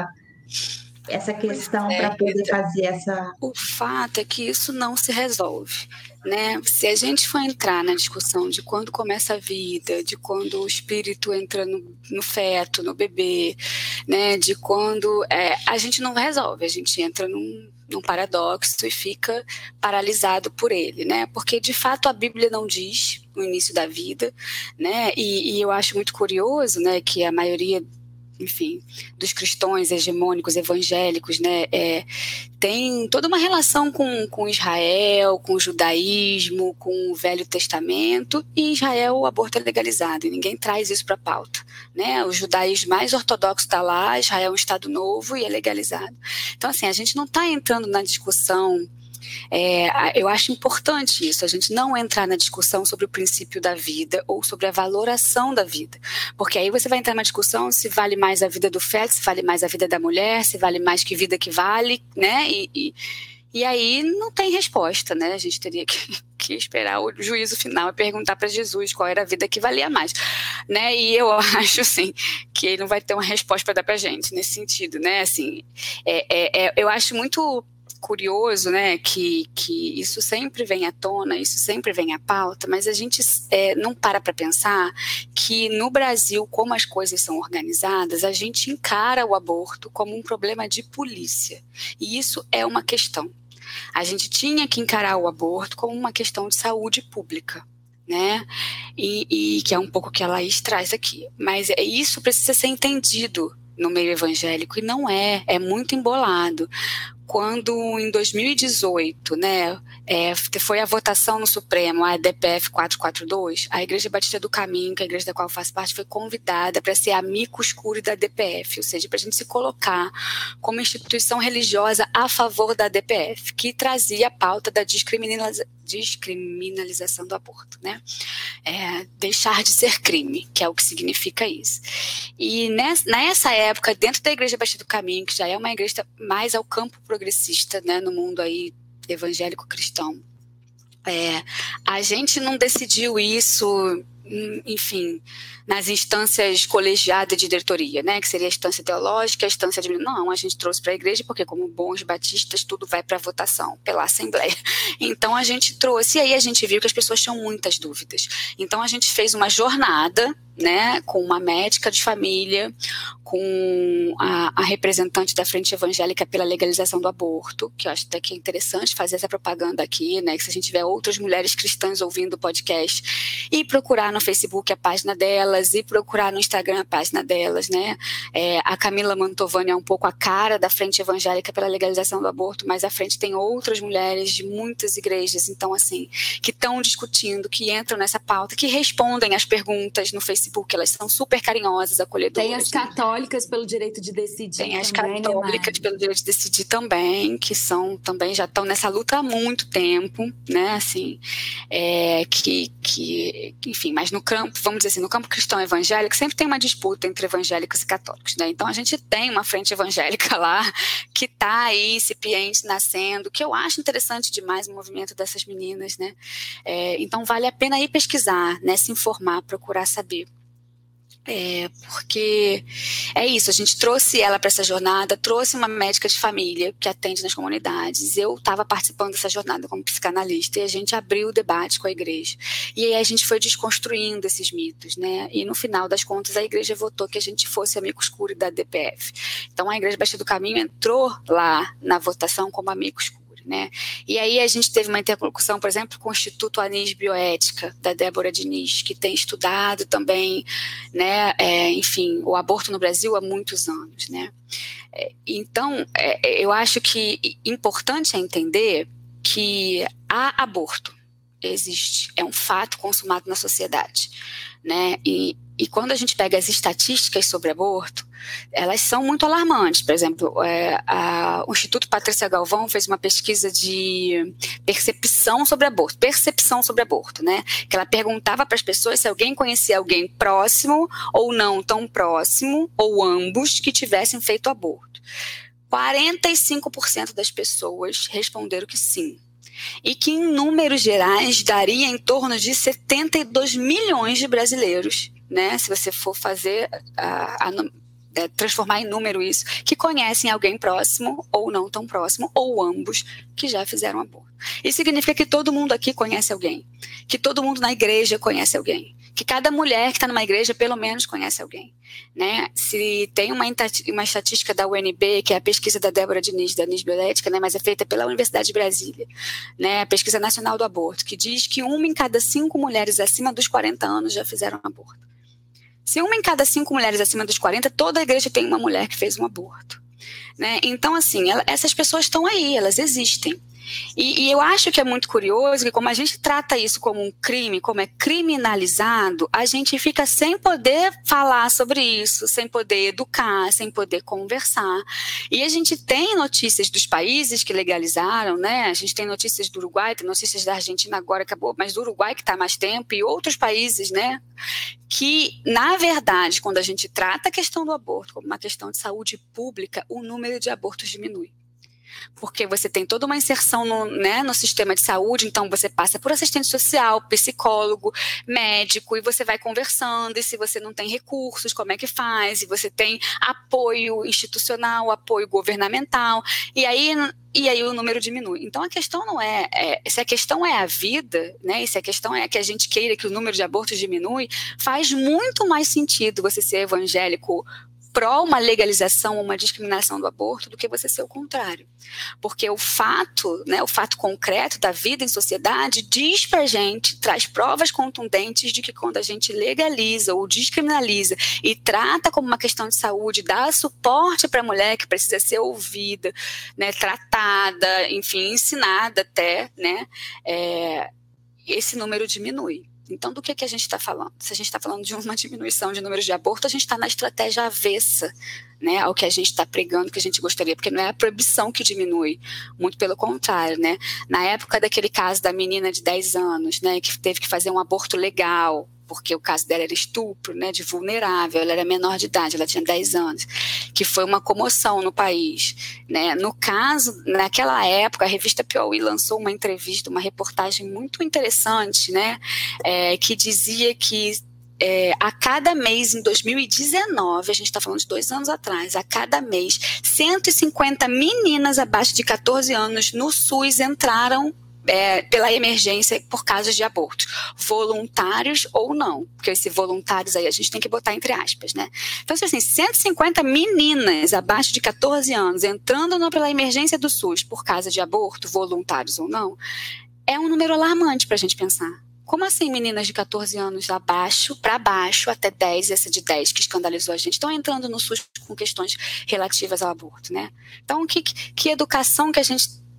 essa questão para poder fazer essa... O fato é que isso não se resolve, né? Se a gente for entrar na discussão de quando começa a vida, de quando o espírito entra no feto, no bebê, né? De quando... a gente não resolve, a gente entra num paradoxo e fica paralisado por ele, né? Porque, de fato, a Bíblia não diz o início da vida, né? E eu acho muito curioso, né, que a maioria, enfim, dos cristãos hegemônicos, evangélicos, né, tem toda uma relação com Israel, com o judaísmo, com o Velho Testamento, e em Israel o aborto é legalizado, e ninguém traz isso para a pauta, né? O judaísmo mais ortodoxo está lá, Israel é um estado novo e é legalizado. Então, assim, a gente não está entrando na discussão. Eu acho importante isso, a gente não entrar na discussão sobre o princípio da vida ou sobre a valoração da vida, porque aí você vai entrar na discussão se vale mais a vida do feto, se vale mais a vida da mulher, se vale mais que vida que vale, né? E aí não tem resposta, né? A gente teria que esperar o juízo final e perguntar para Jesus qual era a vida que valia mais, né? E eu acho, assim, que ele não vai ter uma resposta para dar para a gente nesse sentido, né? Assim, eu acho muito curioso, né, que isso sempre vem à tona, isso sempre vem à pauta, mas a gente não para pensar que no Brasil, como as coisas são organizadas, a gente encara o aborto como um problema de polícia, e isso é uma questão. A gente tinha que encarar o aborto como uma questão de saúde pública, né? E que é um pouco o que a Laís traz aqui, mas isso precisa ser entendido no meio evangélico, e não é muito embolado. Quando em 2018, né, foi a votação no Supremo, a DPF 442, a Igreja Batista do Caminho, que é a igreja da qual eu faço parte, foi convidada para ser amigo curiae da DPF, ou seja, para a gente se colocar como instituição religiosa a favor da DPF, que trazia a pauta da descriminalização do aborto, né? Deixar de ser crime, que é o que significa isso. E nessa época, dentro da Igreja Batista do Caminho, que já é uma igreja mais ao campo progressista, né, no mundo aí evangélico cristão, a gente não decidiu isso, enfim, nas instâncias colegiadas de diretoria, né, que seria a instância teológica, a instância de... Não, a gente trouxe para a igreja porque, como bons batistas, tudo vai para votação pela Assembleia. Então a gente trouxe, e aí a gente viu que as pessoas tinham muitas dúvidas. Então a gente fez uma jornada, né, com uma médica de família, com a representante da Frente Evangélica pela Legalização do Aborto, que eu acho até que é interessante fazer essa propaganda aqui, né, que se a gente tiver outras mulheres cristãs ouvindo o podcast, e procurar no Facebook a página delas, e procurar no Instagram a página delas, né, a Camila Mantovani é um pouco a cara da Frente Evangélica pela Legalização do Aborto, mas à frente tem outras mulheres de muitas igrejas, então assim, que estão discutindo, que entram nessa pauta, que respondem as perguntas no Facebook, Facebook, elas são super carinhosas, acolhedoras. Tem as católicas pelo direito de decidir. Tem as também, católicas pelo direito de decidir também, que são também já estão nessa luta há muito tempo, né? Assim, enfim, mas no campo, vamos dizer assim, no campo cristão evangélico sempre tem uma disputa entre evangélicos e católicos, né? Então a gente tem uma frente evangélica lá que está aí incipiente, nascendo, que eu acho interessante demais o movimento dessas meninas, né? Então vale a pena ir pesquisar, né? Se informar, procurar saber. Porque é isso, a gente trouxe ela para essa jornada, trouxe uma médica de família que atende nas comunidades. Eu estava participando dessa jornada como psicanalista e a gente abriu o debate com a igreja. E aí a gente foi desconstruindo esses mitos, né? E no final das contas a igreja votou que a gente fosse amicus curiae da DPF. Então a Igreja Batista do Caminho entrou lá na votação como amicus curiae. Né? E aí a gente teve uma interlocução, por exemplo, com o Instituto Anis Bioética, da Débora Diniz, que tem estudado também, né, enfim, o aborto no Brasil há muitos anos, né? Então, eu acho que importante é entender que há aborto, existe, é um fato consumado na sociedade, né? E quando a gente pega as estatísticas sobre aborto, elas são muito alarmantes. Por exemplo, o Instituto Patrícia Galvão fez uma pesquisa de percepção sobre aborto, né? Que ela perguntava para as pessoas se alguém conhecia alguém próximo ou não tão próximo, ou ambos, que tivessem feito aborto. 45% das pessoas responderam que sim. E que em números gerais daria em torno de 72 milhões de brasileiros, né? Se você for fazer transformar em número isso, que conhecem alguém próximo ou não tão próximo, ou ambos, que já fizeram aborto. Isso significa que todo mundo aqui conhece alguém, que todo mundo na igreja conhece alguém, que cada mulher que está numa igreja pelo menos conhece alguém, né? Se tem uma estatística da UNB, que é a pesquisa da Débora Diniz, da Anis Bioética, né, mas é feita pela Universidade de Brasília, né, a Pesquisa Nacional do Aborto, que diz que 1 em cada 5 mulheres acima dos 40 anos já fizeram aborto. Se 1 em cada 5 mulheres acima dos 40, toda a igreja tem uma mulher que fez um aborto, né? Então, assim, essas pessoas estão aí, elas existem. E eu acho que é muito curioso que, como a gente trata isso como um crime, como é criminalizado, a gente fica sem poder falar sobre isso, sem poder educar, sem poder conversar. E a gente tem notícias dos países que legalizaram, né? A gente tem notícias do Uruguai, tem notícias da Argentina agora, acabou, mas do Uruguai que está há mais tempo, e outros países, né? Que, na verdade, quando a gente trata a questão do aborto como uma questão de saúde pública, o número de abortos diminui. Porque você tem toda uma inserção no sistema de saúde, então você passa por assistente social, psicólogo, médico, e você vai conversando, e se você não tem recursos, como é que faz? E você tem apoio institucional, apoio governamental, e aí o número diminui. Então a questão não se a questão é a vida, né? E se a questão é que a gente queira que o número de abortos diminui, faz muito mais sentido você ser evangélico pró uma legalização ou uma discriminação do aborto do que você ser o contrário. Porque o fato, né, o fato concreto da vida em sociedade diz pra gente, traz provas contundentes de que quando a gente legaliza ou descriminaliza e trata como uma questão de saúde, dá suporte para a mulher que precisa ser ouvida, né, tratada, enfim, ensinada até, né, esse número diminui. Então, do que a gente está falando? Se a gente está falando de uma diminuição de números de aborto, a gente está na estratégia avessa, né, ao que a gente está pregando, que a gente gostaria, porque não é a proibição que diminui, muito pelo contrário, né? Na época daquele caso da menina de 10 anos, né, que teve que fazer um aborto legal, porque o caso dela era estupro, né, de vulnerável, ela era menor de idade, ela tinha 10 anos, que foi uma comoção no país, né? No caso, naquela época, a revista Piauí lançou uma entrevista, uma reportagem muito interessante, né, que dizia que a cada mês, em 2019, a gente está falando de 2 anos atrás, a cada mês, 150 meninas abaixo de 14 anos no SUS entraram pela emergência por casos de aborto, voluntários ou não, porque esses voluntários aí a gente tem que botar entre aspas, né? Então, assim, 150 meninas abaixo de 14 anos entrando pela emergência do SUS por causa de aborto, voluntários ou não, é um número alarmante para a gente pensar. Como assim meninas de 14 anos abaixo, para baixo, até 10, essa de 10 que escandalizou a gente, estão entrando no SUS com questões relativas ao aborto, né? Então, que educação que a gente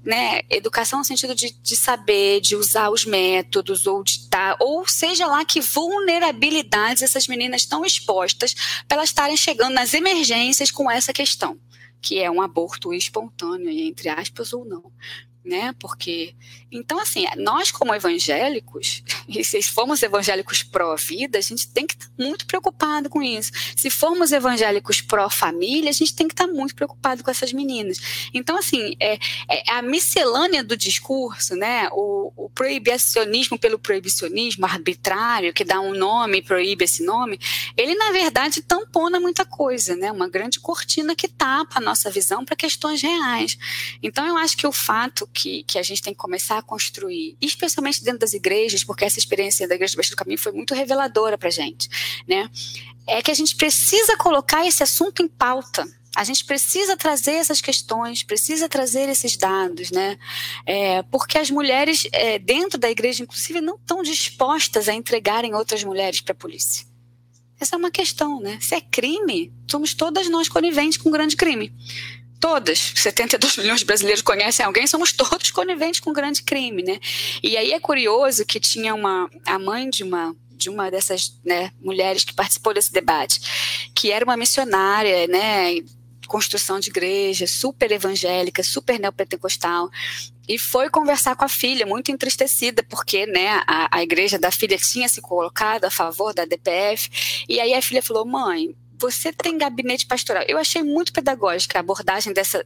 né, educação no sentido de saber, de usar os métodos, ou seja lá que vulnerabilidades essas meninas estão expostas para elas estarem chegando nas emergências com essa questão, que é um aborto espontâneo, entre aspas, ou não. Né? Porque, então assim, nós como evangélicos, e se formos evangélicos pró-vida, a gente tem que estar muito preocupado com isso. Se formos evangélicos pró-família, a gente tem que estar muito preocupado com essas meninas. Então assim, a miscelânea do discurso, né? O proibicionismo pelo proibicionismo arbitrário, que dá um nome e proíbe esse nome, ele na verdade tampona muita coisa, né? Uma grande cortina que tapa a nossa visão para questões reais. Então eu acho que o fato que a gente tem que começar a construir, especialmente dentro das igrejas, porque essa experiência da Igreja do Baixo do Caminho foi muito reveladora para a gente, né? É que a gente precisa colocar esse assunto em pauta. A gente precisa trazer essas questões, precisa trazer esses dados, né? Porque as mulheres dentro da igreja, inclusive, não estão dispostas a entregarem outras mulheres para a polícia. Essa é uma questão, né? Se é crime, somos todas nós coniventes com um grande crime. Todas, 72 milhões de brasileiros conhecem alguém, somos todos coniventes com um grande crime, né? E aí é curioso que tinha a mãe de uma dessas, né, mulheres que participou desse debate, que era uma missionária, né, construção de igreja, super evangélica, super neopentecostal, e foi conversar com a filha, muito entristecida, porque, né, a igreja da filha tinha se colocado a favor da DPF, e aí a filha falou: mãe, você tem gabinete pastoral. Eu achei muito pedagógica a abordagem dessa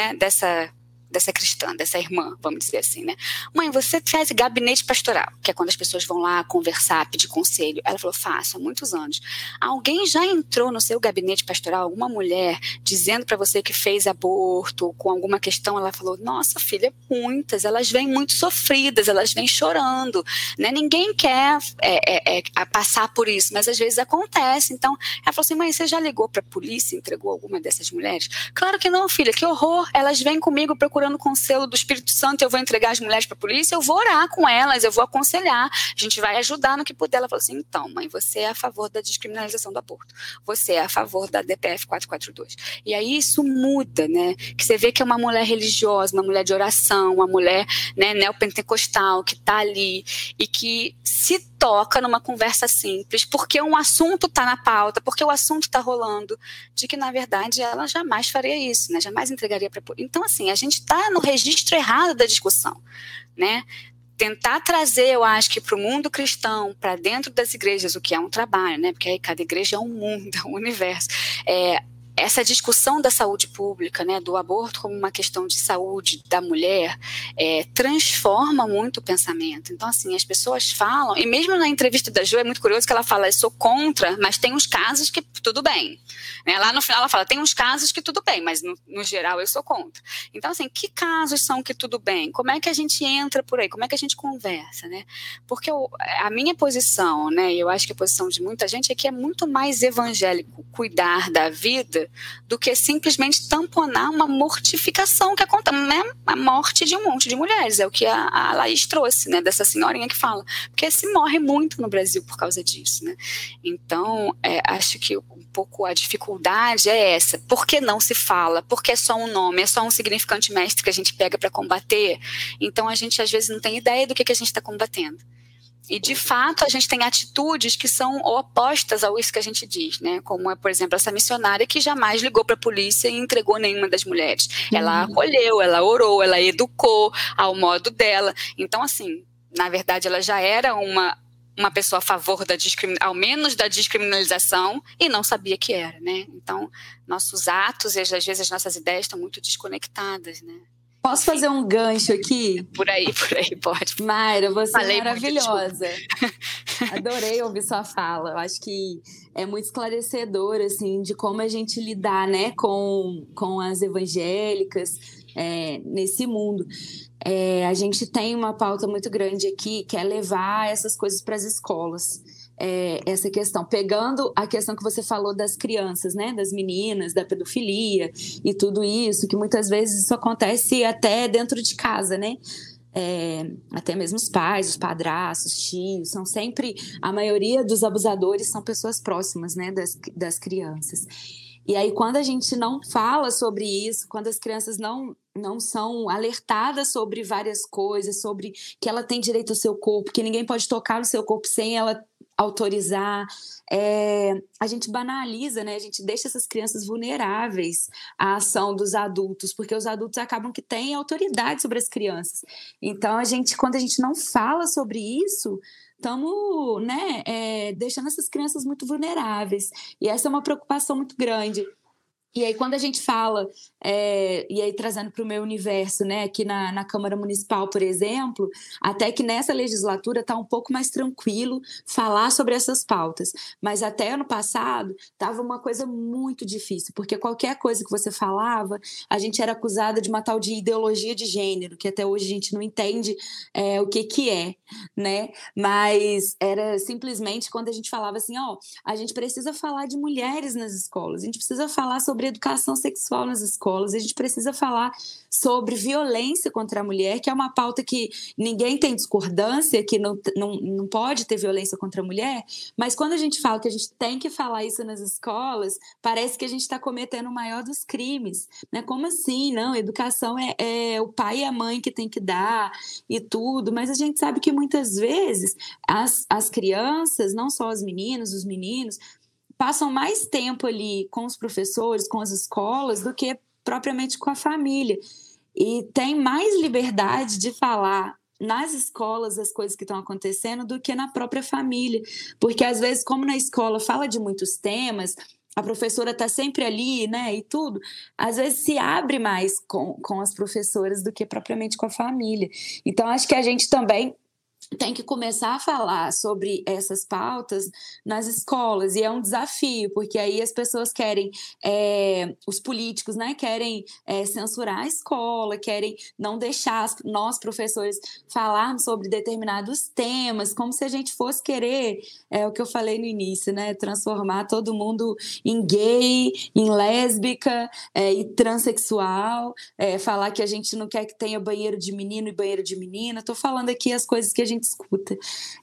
cristã, dessa irmã, vamos dizer assim, né? Mãe, você faz gabinete pastoral, que é quando as pessoas vão lá conversar, pedir conselho. Ela falou: faço, há muitos anos. Alguém já entrou no seu gabinete pastoral, alguma mulher, dizendo para você que fez aborto, com alguma questão? Ela falou: nossa, filha, muitas. Elas vêm muito sofridas, elas vêm chorando, né? Ninguém quer passar por isso, mas às vezes acontece. Então, ela falou assim: mãe, você já ligou para a polícia, entregou alguma dessas mulheres? Claro que não, filha, que horror. Elas vêm comigo procurando com o selo do Espírito Santo, eu vou entregar as mulheres para a polícia, eu vou orar com elas, eu vou aconselhar, a gente vai ajudar no que puder. Ela falou assim: então, mãe, você é a favor da descriminalização do aborto, você é a favor da DPF 442. E aí isso muda, né? Que você vê que é uma mulher religiosa, uma mulher de oração, uma mulher, né, neopentecostal, que está ali e que se toca numa conversa simples, porque um assunto está na pauta, porque o assunto está rolando, de que, na verdade, ela jamais faria isso, né? Jamais entregaria para... Então, assim, a gente está no registro errado da discussão, né? Tentar trazer, eu acho que para o mundo cristão, para dentro das igrejas, o que é um trabalho, né? Porque aí cada igreja é um mundo, é um universo. Essa discussão da saúde pública, né, do aborto como uma questão de saúde da mulher, transforma muito o pensamento. Então, assim, as pessoas falam, e mesmo na entrevista da Jo é muito curioso que ela fala: eu sou contra, mas tem uns casos que tudo bem. Né? Lá no final ela fala: tem uns casos que tudo bem, mas no geral eu sou contra. Então, assim, que casos são que tudo bem? Como é que a gente entra por aí? Como é que a gente conversa? Né? Porque a minha posição, né, e eu acho que a posição de muita gente, é que é muito mais evangélico cuidar da vida do que simplesmente tamponar uma mortificação que acontece, né? A morte de um monte de mulheres, é o que a Laís trouxe, né? Dessa senhorinha que fala, porque se morre muito no Brasil por causa disso, né? Então, acho que um pouco a dificuldade é essa: por que não se fala? Porque é só um nome, é só um significante mestre que a gente pega para combater, então a gente às vezes não tem ideia do que a gente está combatendo. E, de fato, a gente tem atitudes que são opostas a isso que a gente diz, né? Como por exemplo, essa missionária que jamais ligou para a polícia e entregou nenhuma das mulheres. Ela acolheu, ela orou, ela educou ao modo dela. Então, assim, na verdade, ela já era uma pessoa a favor ao menos da descriminalização, e não sabia que era, né? Então, nossos atos e, às vezes, as nossas ideias estão muito desconectadas, né? Posso fazer um gancho aqui? Por aí, pode. Mayra, você é maravilhosa. Adorei ouvir sua fala. Eu acho que é muito esclarecedor, assim, de como a gente lidar, né, com as evangélicas nesse mundo. A gente tem uma pauta muito grande aqui, que é levar essas coisas para as escolas. Essa questão, pegando a questão que você falou das crianças, né, das meninas, da pedofilia e tudo isso, que muitas vezes isso acontece até dentro de casa, né? Até mesmo os pais, os padrastos, tios, são sempre, a maioria dos abusadores são pessoas próximas, né, das crianças. E aí, quando a gente não fala sobre isso, quando as crianças não não são alertadas sobre várias coisas, sobre que ela tem direito ao seu corpo, que ninguém pode tocar no seu corpo sem ela autorizar. A gente banaliza, né? A gente deixa essas crianças vulneráveis à ação dos adultos, porque os adultos acabam que têm autoridade sobre as crianças. Então, quando a gente não fala sobre isso, estamos, né, deixando essas crianças muito vulneráveis. E essa é uma preocupação muito grande. E aí, quando a gente fala, e aí trazendo para o meu universo, né, aqui na Câmara Municipal, por exemplo, até que nessa legislatura está um pouco mais tranquilo falar sobre essas pautas. Mas até ano passado estava uma coisa muito difícil, porque qualquer coisa que você falava, a gente era acusada de uma tal de ideologia de gênero, que até hoje a gente não entende o que é, né? Mas era simplesmente quando a gente falava assim, a gente precisa falar de mulheres nas escolas, a gente precisa falar sobre educação sexual nas escolas, a gente precisa falar sobre violência contra a mulher, que é uma pauta que ninguém tem discordância, que não pode ter violência contra a mulher, mas quando a gente fala que a gente tem que falar isso nas escolas, parece que a gente está cometendo o maior dos crimes, né? Como assim? Não, educação é o pai e a mãe que tem que dar e tudo, mas a gente sabe que muitas vezes as crianças, não só os meninos, passam mais tempo ali com os professores, com as escolas, do que propriamente com a família. E tem mais liberdade de falar nas escolas as coisas que estão acontecendo do que na própria família. Porque, às vezes, como na escola fala de muitos temas, a professora está sempre ali, né, e tudo, às vezes se abre mais com as professoras do que propriamente com a família. Então, acho que a gente também tem que começar a falar sobre essas pautas nas escolas, e é um desafio, porque aí as pessoas querem, os políticos, né, querem censurar a escola, querem não deixar nós, professores, falarmos sobre determinados temas, como se a gente fosse querer, o que eu falei no início, né, transformar todo mundo em gay, em lésbica, e transexual, falar que a gente não quer que tenha banheiro de menino e banheiro de menina. Estou falando aqui as coisas que a gente escuta.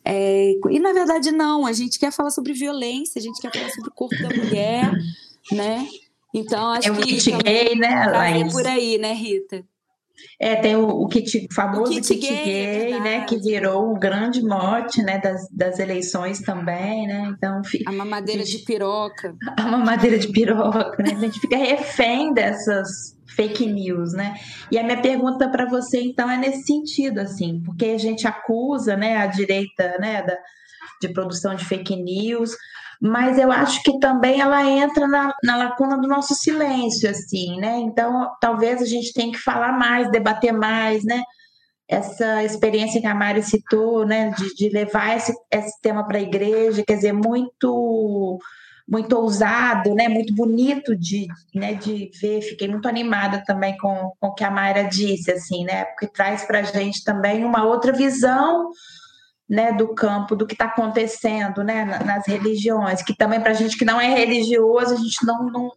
E, na verdade, não. A gente quer falar sobre violência, a gente quer falar sobre o corpo da mulher, né? Então, acho que... o kit gay, né, Laís? Por aí, né, Rita? Tem o famoso kit gay, né, que virou um grande mote, né, das eleições também, né? Então, a mamadeira de piroca. A mamadeira de piroca, né? A gente fica refém dessas fake news, né? E a minha pergunta para você, então, é nesse sentido, assim, porque a gente acusa, né, a direita, né, de produção de fake news, mas eu acho que também ela entra na lacuna do nosso silêncio, assim, né? Então, talvez a gente tenha que falar mais, debater mais, né? Essa experiência que a Mari citou, né, de levar esse tema para a igreja, quer dizer, muito ousado, né, muito bonito de ver. Fiquei muito animada também com o que a Mayra disse, assim, né, porque traz para a gente também uma outra visão, né, do campo, do que está acontecendo, né, nas religiões, que também para a gente que não é religioso, a gente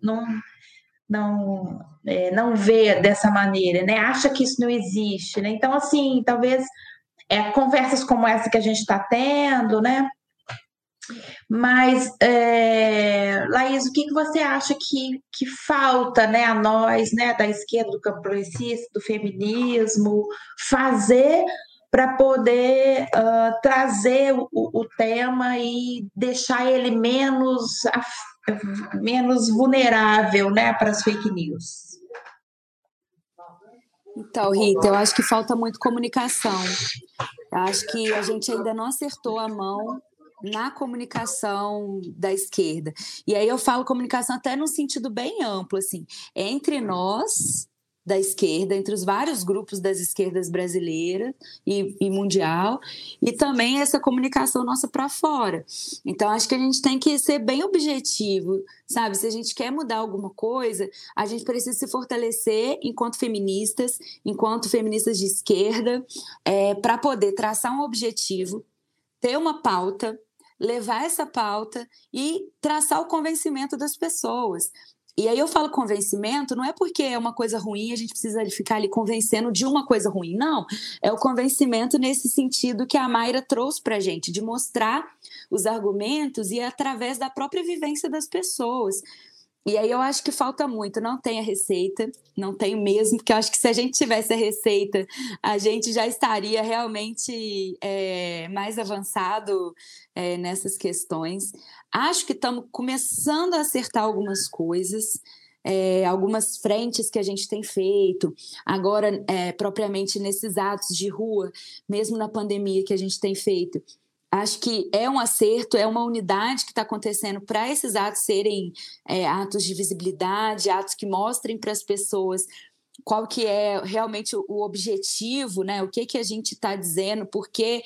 não vê dessa maneira, né, acha que isso não existe, né, então, assim, talvez conversas como essa que a gente está tendo, né. Mas, Laís, o que você acha que falta, né, a nós, né, da esquerda, do campo progressista, do feminismo, fazer para poder trazer o tema e deixar ele menos vulnerável, né, para as fake news? Então, Rita, eu acho que falta muito comunicação. Eu acho que a gente ainda não acertou a mão na comunicação da esquerda. E aí eu falo comunicação até num sentido bem amplo, assim, entre nós, da esquerda, entre os vários grupos das esquerdas brasileiras e mundial, e também essa comunicação nossa para fora. Então, acho que a gente tem que ser bem objetivo, sabe? Se a gente quer mudar alguma coisa, a gente precisa se fortalecer enquanto feministas de esquerda, para poder traçar um objetivo, ter uma pauta, levar essa pauta e traçar o convencimento das pessoas. E aí eu falo convencimento, não é porque é uma coisa ruim, a gente precisa ficar ali convencendo de uma coisa ruim, não. É o convencimento nesse sentido que a Mayra trouxe para a gente, de mostrar os argumentos e através da própria vivência das pessoas. E aí eu acho que falta muito, não tem a receita, não tenho mesmo, porque eu acho que se a gente tivesse a receita, a gente já estaria realmente mais avançado nessas questões. Acho que estamos começando a acertar algumas coisas, algumas frentes que a gente tem feito, agora propriamente nesses atos de rua, mesmo na pandemia que a gente tem feito. Acho que é um acerto, é uma unidade que está acontecendo para esses atos serem atos de visibilidade, atos que mostrem para as pessoas qual que é realmente o objetivo, né? O que a gente está dizendo, por que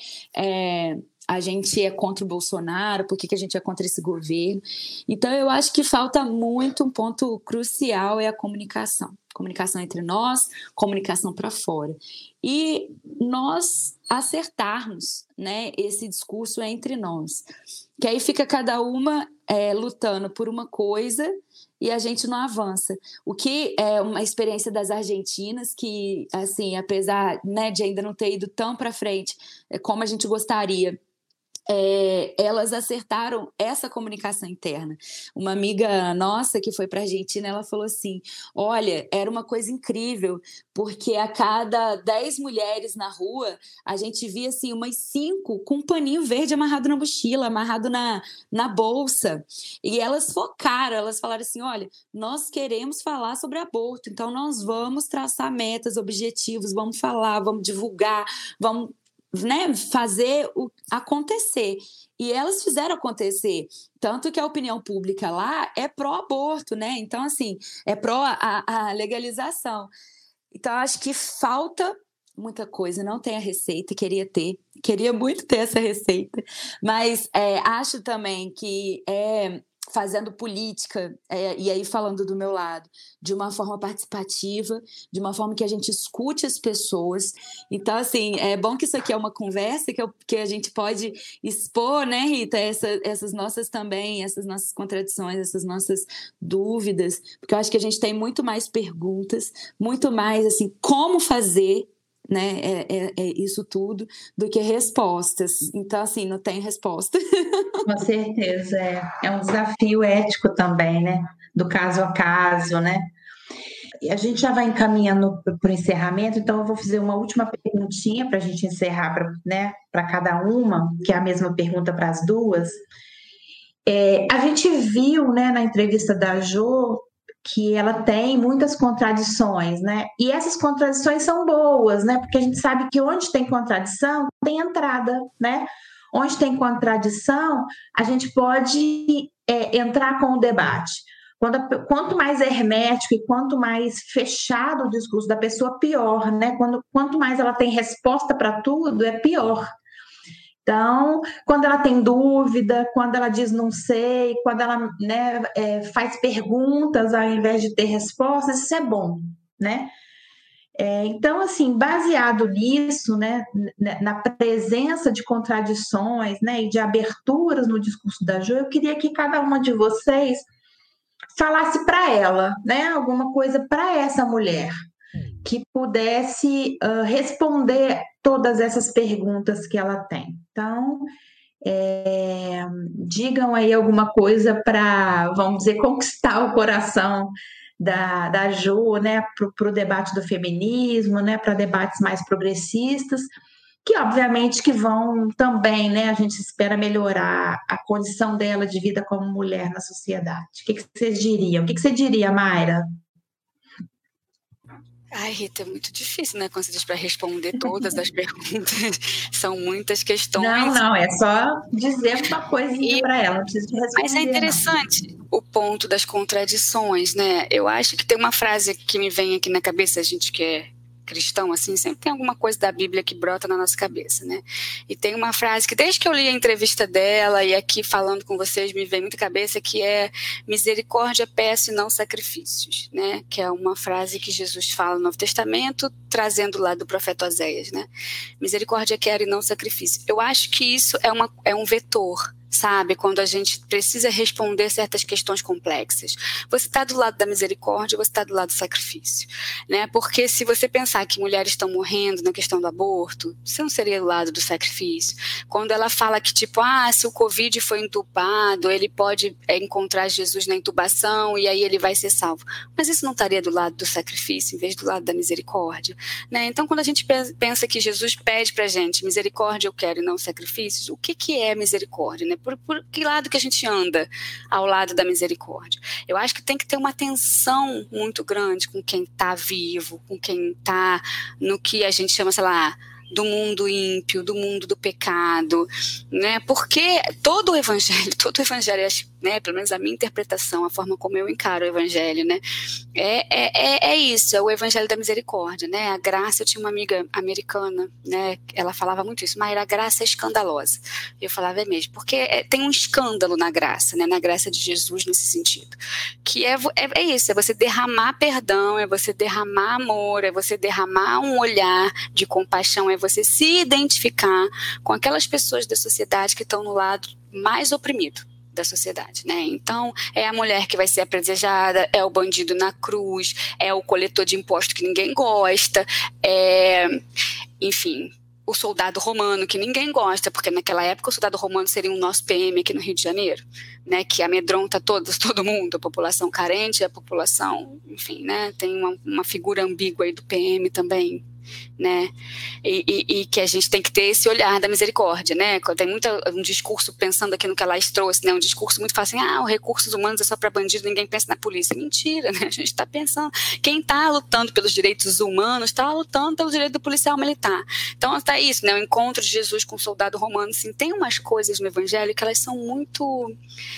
a gente é contra o Bolsonaro, por que a gente é contra esse governo. Então, eu acho que falta muito, um ponto crucial é a comunicação. Comunicação entre nós, comunicação para fora. E nós acertarmos, né, esse discurso entre nós. Que aí fica cada uma lutando por uma coisa e a gente não avança. O que é uma experiência das argentinas que, assim, apesar, né, de ainda não ter ido tão para frente como a gente gostaria, elas acertaram essa comunicação interna. Uma amiga nossa que foi para a Argentina, ela falou assim, olha, era uma coisa incrível, porque a cada 10 mulheres na rua, a gente via assim, umas 5 com um paninho verde amarrado na mochila, amarrado na bolsa. E elas focaram, elas falaram assim, olha, nós queremos falar sobre aborto, então nós vamos traçar metas, objetivos, vamos falar, vamos divulgar, vamos, né, fazer acontecer. E elas fizeram acontecer. Tanto que a opinião pública lá é pró-aborto, né? Então, assim, é pró a legalização. Então, acho que falta muita coisa, não tem a receita, queria muito ter essa receita, mas acho também que fazendo política, e aí falando do meu lado, de uma forma participativa, de uma forma que a gente escute as pessoas. Então, assim, é bom que isso aqui é uma conversa que a gente pode expor, né, Rita, essas nossas contradições, essas nossas dúvidas, porque eu acho que a gente tem muito mais perguntas, muito mais, assim, como fazer, né, isso tudo, do que respostas. Então, assim, não tem resposta. Com certeza, é um desafio ético também, né? Do caso a caso, né? E a gente já vai encaminhando para o encerramento, então eu vou fazer uma última perguntinha para a gente encerrar, né, para cada uma, que é a mesma pergunta para as duas. A gente viu, né, na entrevista da Jo, que ela tem muitas contradições, né? E essas contradições são boas, né? Porque a gente sabe que onde tem contradição, tem entrada, né? Onde tem contradição, a gente pode entrar com o debate. Quanto mais hermético e quanto mais fechado o discurso da pessoa, pior, né? Quanto mais ela tem resposta para tudo, é pior. Então, quando ela tem dúvida, quando ela diz não sei, quando ela, né, faz perguntas ao invés de ter respostas, isso é bom, né? Então, assim, baseado nisso, né, na presença de contradições, né, e de aberturas no discurso da Jo, eu queria que cada uma de vocês falasse para ela, né, alguma coisa para essa mulher, que pudesse responder todas essas perguntas que ela tem. Então, digam aí alguma coisa para, vamos dizer, conquistar o coração da Jo, né, para o debate do feminismo, né, para debates mais progressistas, que obviamente que vão também, né, a gente espera melhorar a condição dela de vida como mulher na sociedade. O que vocês diriam? O que você diria, Mayra? Ai, Rita, é muito difícil, né, quando você diz para responder todas as perguntas. São muitas questões. Não, é só dizer uma coisinha para ela, não precisa de responder. Mas é interessante o ponto das contradições, né? Eu acho que tem uma frase que me vem aqui na cabeça, a gente que é cristão, assim, sempre tem alguma coisa da Bíblia que brota na nossa cabeça, né? E tem uma frase que desde que eu li a entrevista dela e aqui falando com vocês me vem muito à cabeça, que é misericórdia peço e não sacrifícios, né? Que é uma frase que Jesus fala no Novo Testamento, trazendo lá do profeta Oséias, né? Misericórdia quero e não sacrifício. Eu acho que isso é um vetor, sabe? Quando a gente precisa responder certas questões complexas. Você está do lado da misericórdia, você está do lado do sacrifício, né? Porque se você pensar que mulheres estão morrendo na questão do aborto, você não seria do lado do sacrifício? Quando ela fala que, tipo, se o Covid foi entubado, ele pode encontrar Jesus na intubação e aí ele vai ser salvo. Mas isso não estaria do lado do sacrifício, em vez do lado da misericórdia, né? Então, quando a gente pensa que Jesus pede pra gente, misericórdia eu quero e não sacrifícios, o que é misericórdia, né? Por que lado que a gente anda ao lado da misericórdia? Eu acho que tem que ter uma atenção muito grande com quem está vivo, com quem está no que a gente chama, sei lá, do mundo ímpio, do mundo do pecado, né? Porque todo o evangelho, né? Pelo menos a minha interpretação, a forma como eu encaro o evangelho, né? É isso, é o evangelho da misericórdia, né? A graça, eu tinha uma amiga americana, né? Ela falava muito isso, mas a graça é escandalosa. Eu falava, é mesmo, porque tem um escândalo na graça, né? Na graça de Jesus nesse sentido, que é isso, é você derramar perdão, é você derramar amor, é você derramar um olhar de compaixão, é você se identificar com aquelas pessoas da sociedade que estão no lado mais oprimido da sociedade, né? Então, é a mulher que vai ser apedrejada, é o bandido na cruz, é o coletor de imposto que ninguém gosta, enfim, o soldado romano que ninguém gosta, porque naquela época o soldado romano seria um nosso PM aqui no Rio de Janeiro, né? Que amedronta todo mundo, a população carente, a população, enfim, né? Tem uma figura ambígua aí do PM também, né? E que a gente tem que ter esse olhar da misericórdia, né? Tem um discurso, pensando aqui no que a Laís trouxe, né? Um discurso muito fácil, assim, os recursos humanos é só para bandido, ninguém pensa na polícia. Mentira, né? A gente está pensando, quem está lutando pelos direitos humanos está lutando pelo direito do policial militar. Então está isso, né? O encontro de Jesus com o soldado romano, assim, tem umas coisas no evangelho que elas são muito,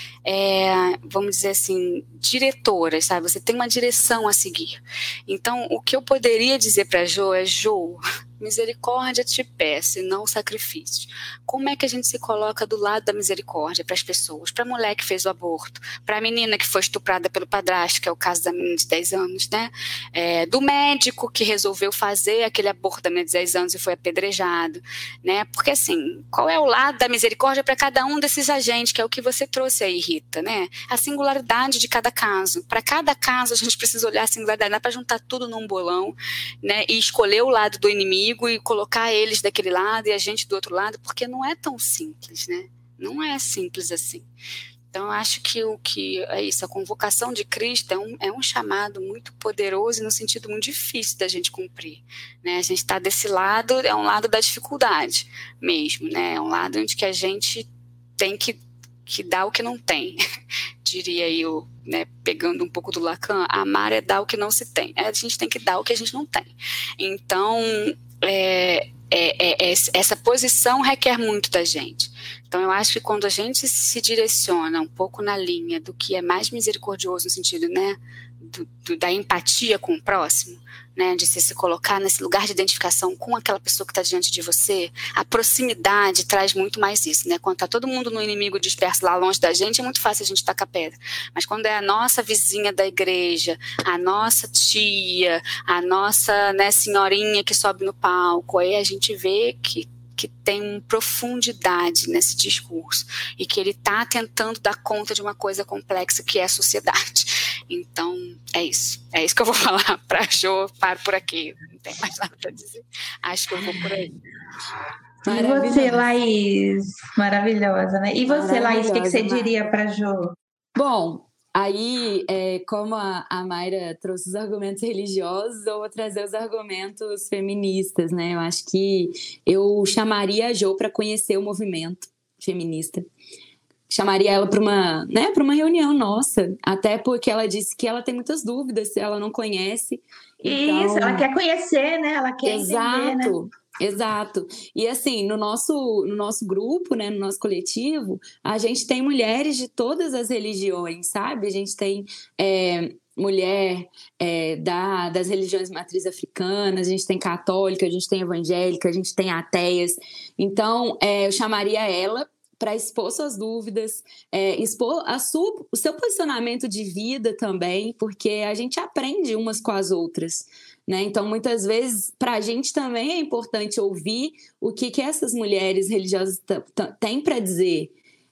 vamos dizer assim, diretoras, sabe? Você tem uma direção a seguir. Então, o que eu poderia dizer para Jo é: Jo, misericórdia te peço e não sacrifício. Como é que a gente se coloca do lado da misericórdia para as pessoas? Para a mulher que fez o aborto, para a menina que foi estuprada pelo padrasto, que é o caso da menina de 10 anos, né? Do médico que resolveu fazer aquele aborto da menina de 10 anos e foi apedrejado, né? Porque assim, qual é o lado da misericórdia para cada um desses agentes, que é o que você trouxe aí, Rita, né? A singularidade de cada caso. Para cada caso a gente precisa olhar a singularidade, não é para juntar tudo num bolão, né? E escolher o lado do inimigo e colocar eles daquele lado e a gente do outro lado, porque não é tão simples, né? Não é simples assim. Então, eu acho que o que é isso, a convocação de Cristo é um chamado muito poderoso e no sentido muito difícil da gente cumprir, né? A gente está desse lado, é um lado da dificuldade mesmo, né? É um lado onde que a gente tem que dar o que não tem, diria eu, né? Pegando um pouco do Lacan, amar é dar o que não se tem, a gente tem que dar o que a gente não tem. Então, essa posição requer muito da gente. Então, eu acho que quando a gente se direciona um pouco na linha do que é mais misericordioso, no sentido, né, da empatia com o próximo, né, de se colocar nesse lugar de identificação com aquela pessoa que está diante de você, a proximidade traz muito mais isso, né? Quando está todo mundo no inimigo disperso lá longe da gente, é muito fácil a gente tacar pedra. Mas quando é a nossa vizinha da igreja, a nossa tia, a nossa, né, senhorinha que sobe no palco, aí a gente vê que tem profundidade nesse discurso e que ele está tentando dar conta de uma coisa complexa que é a sociedade. Então, é isso que eu vou falar para a Jo. Paro por aqui, não tem mais nada para dizer, acho que eu vou por aí. E você, Laís? Maravilhosa, né? E você, Laís, o que você diria para a Jo? Bom, aí, como a Mayra trouxe os argumentos religiosos, eu vou trazer os argumentos feministas, né? Eu acho que eu chamaria a Jo para conhecer o movimento feminista. Chamaria ela para uma reunião nossa, até porque ela disse que ela tem muitas dúvidas, ela não conhece. Então... Isso, ela quer conhecer, né? Ela quer entender, né? Exato. E assim, no nosso grupo, né, no nosso coletivo, a gente tem mulheres de todas as religiões, sabe? A gente tem mulher das religiões matriz africanas, a gente tem católica, a gente tem evangélica, a gente tem ateias. Então, eu chamaria ela para expor suas dúvidas, expor o seu posicionamento de vida também, porque a gente aprende umas com as outras, né? Então, muitas vezes, para a gente também é importante ouvir o que essas mulheres religiosas têm para dizer,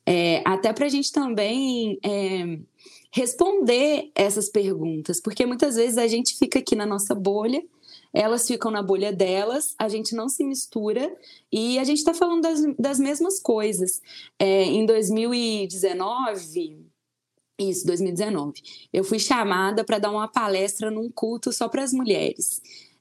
até para a gente também responder essas perguntas, porque muitas vezes a gente fica aqui na nossa bolha, elas ficam na bolha delas, a gente não se mistura e a gente está falando das mesmas coisas. Em 2019, eu fui chamada para dar uma palestra num culto só para as mulheres.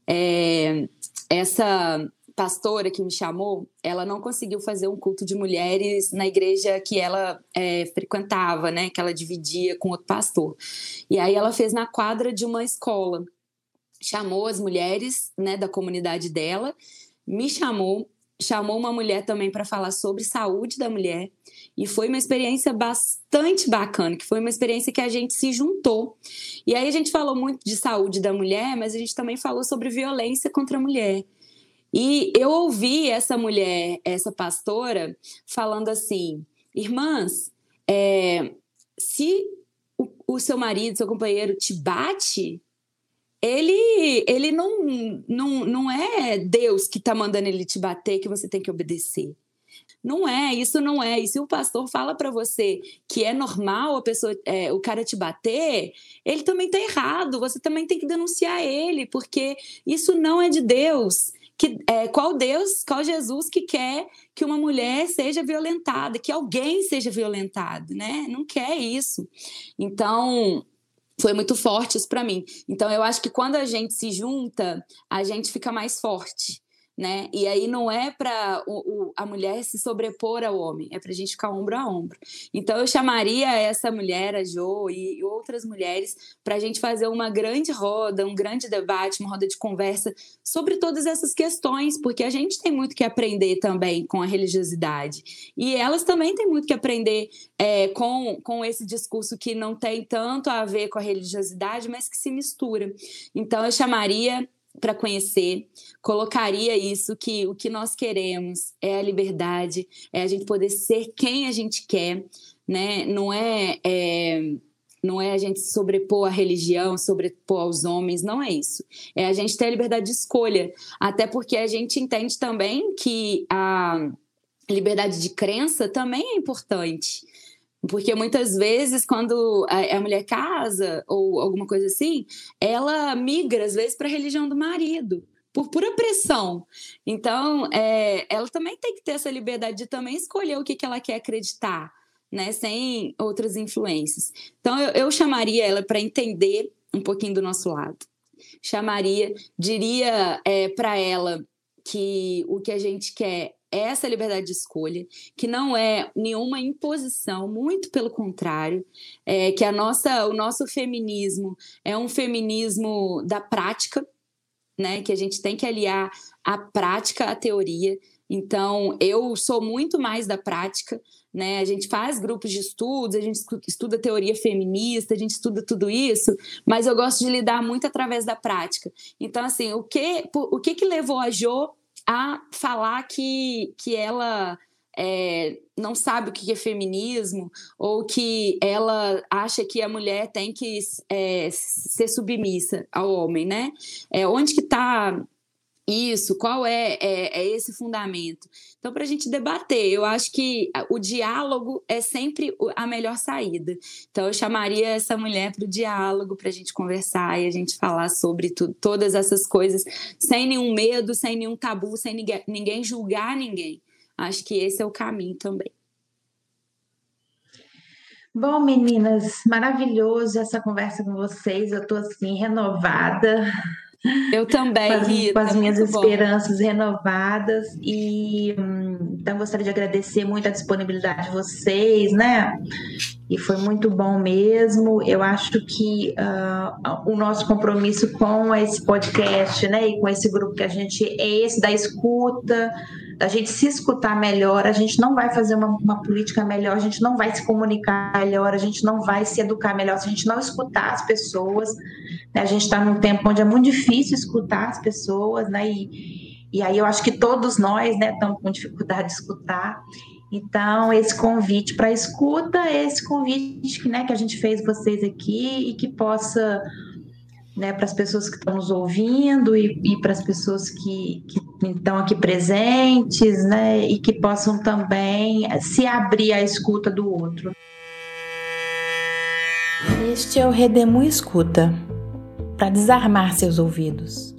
Essa pastora que me chamou, ela não conseguiu fazer um culto de mulheres na igreja que ela frequentava, né? Que ela dividia com outro pastor. E aí ela fez na quadra de uma escola. Chamou as mulheres, né, da comunidade dela, me chamou uma mulher também para falar sobre saúde da mulher. E foi uma experiência bastante bacana, que foi uma experiência que a gente se juntou. E aí a gente falou muito de saúde da mulher, mas a gente também falou sobre violência contra a mulher. E eu ouvi essa mulher, essa pastora, falando assim: irmãs, se o seu marido, seu companheiro te bate, ele não é Deus que está mandando ele te bater, que você tem que obedecer. Não é, isso não é. E se o pastor fala para você que é normal o cara te bater, ele também está errado, você também tem que denunciar ele, porque isso não é de Deus. Qual Jesus que quer que uma mulher seja violentada, que alguém seja violentado, né? Não quer isso. Então, foi muito forte isso para mim. Então, eu acho que quando a gente se junta, a gente fica mais forte, né? E aí não é para a mulher se sobrepor ao homem, é para a gente ficar ombro a ombro. Então eu chamaria essa mulher, a Jo, e outras mulheres, para a gente fazer uma grande roda, um grande debate, uma roda de conversa sobre todas essas questões, porque a gente tem muito que aprender também com a religiosidade. E elas também têm muito que aprender com esse discurso que não tem tanto a ver com a religiosidade, mas que se mistura. Então eu chamaria para conhecer, colocaria isso, que o que nós queremos é a liberdade, é a gente poder ser quem a gente quer, né? Não é a gente se sobrepor à religião, sobrepor aos homens, não é isso. É a gente ter a liberdade de escolha, até porque a gente entende também que a liberdade de crença também é importante. Porque muitas vezes, quando a mulher casa ou alguma coisa assim, ela migra, às vezes, para a religião do marido, por pura pressão. Então, ela também tem que ter essa liberdade de também escolher o que ela quer acreditar, né, sem outras influências. Então, eu chamaria ela para entender um pouquinho do nosso lado. Diria para ela que o que a gente quer é essa liberdade de escolha, que não é nenhuma imposição, muito pelo contrário, que o nosso feminismo é um feminismo da prática, né, que a gente tem que aliar a prática à teoria. Então, eu sou muito mais da prática, né? A gente faz grupos de estudos, a gente estuda teoria feminista, a gente estuda tudo isso, mas eu gosto de lidar muito através da prática. Então, assim, o que levou a Jo a falar que ela não sabe o que é feminismo, ou que ela acha que a mulher tem que ser submissa ao homem, né? Onde que está isso? Qual é esse fundamento? Então, para a gente debater, eu acho que o diálogo é sempre a melhor saída. Então, eu chamaria essa mulher para o diálogo, para a gente conversar e a gente falar sobre todas essas coisas, sem nenhum medo, sem nenhum tabu, sem ninguém julgar ninguém. Acho que esse é o caminho também. Bom, meninas, maravilhoso essa conversa com vocês. Eu estou assim, renovada. Eu também, Rita. Com as minhas esperanças renovadas. E então gostaria de agradecer muito a disponibilidade de vocês, né? E foi muito bom mesmo. Eu acho que o nosso compromisso com esse podcast, né, e com esse grupo que a gente é esse da escuta, da gente se escutar melhor. A gente não vai fazer uma política melhor, a gente não vai se comunicar melhor, a gente não vai se educar melhor se a gente não escutar as pessoas. Né? A gente está num tempo onde é muito difícil escutar as pessoas, né? E aí eu acho que todos nós, né, estamos com dificuldade de escutar. Então, esse convite para escuta, esse convite, né, que a gente fez vocês aqui, e que possa, né, para as pessoas que estão nos ouvindo e para as pessoas que então aqui presentes, né, e que possam também se abrir à escuta do outro. Este é o Redemoinho Escuta, para desarmar seus ouvidos.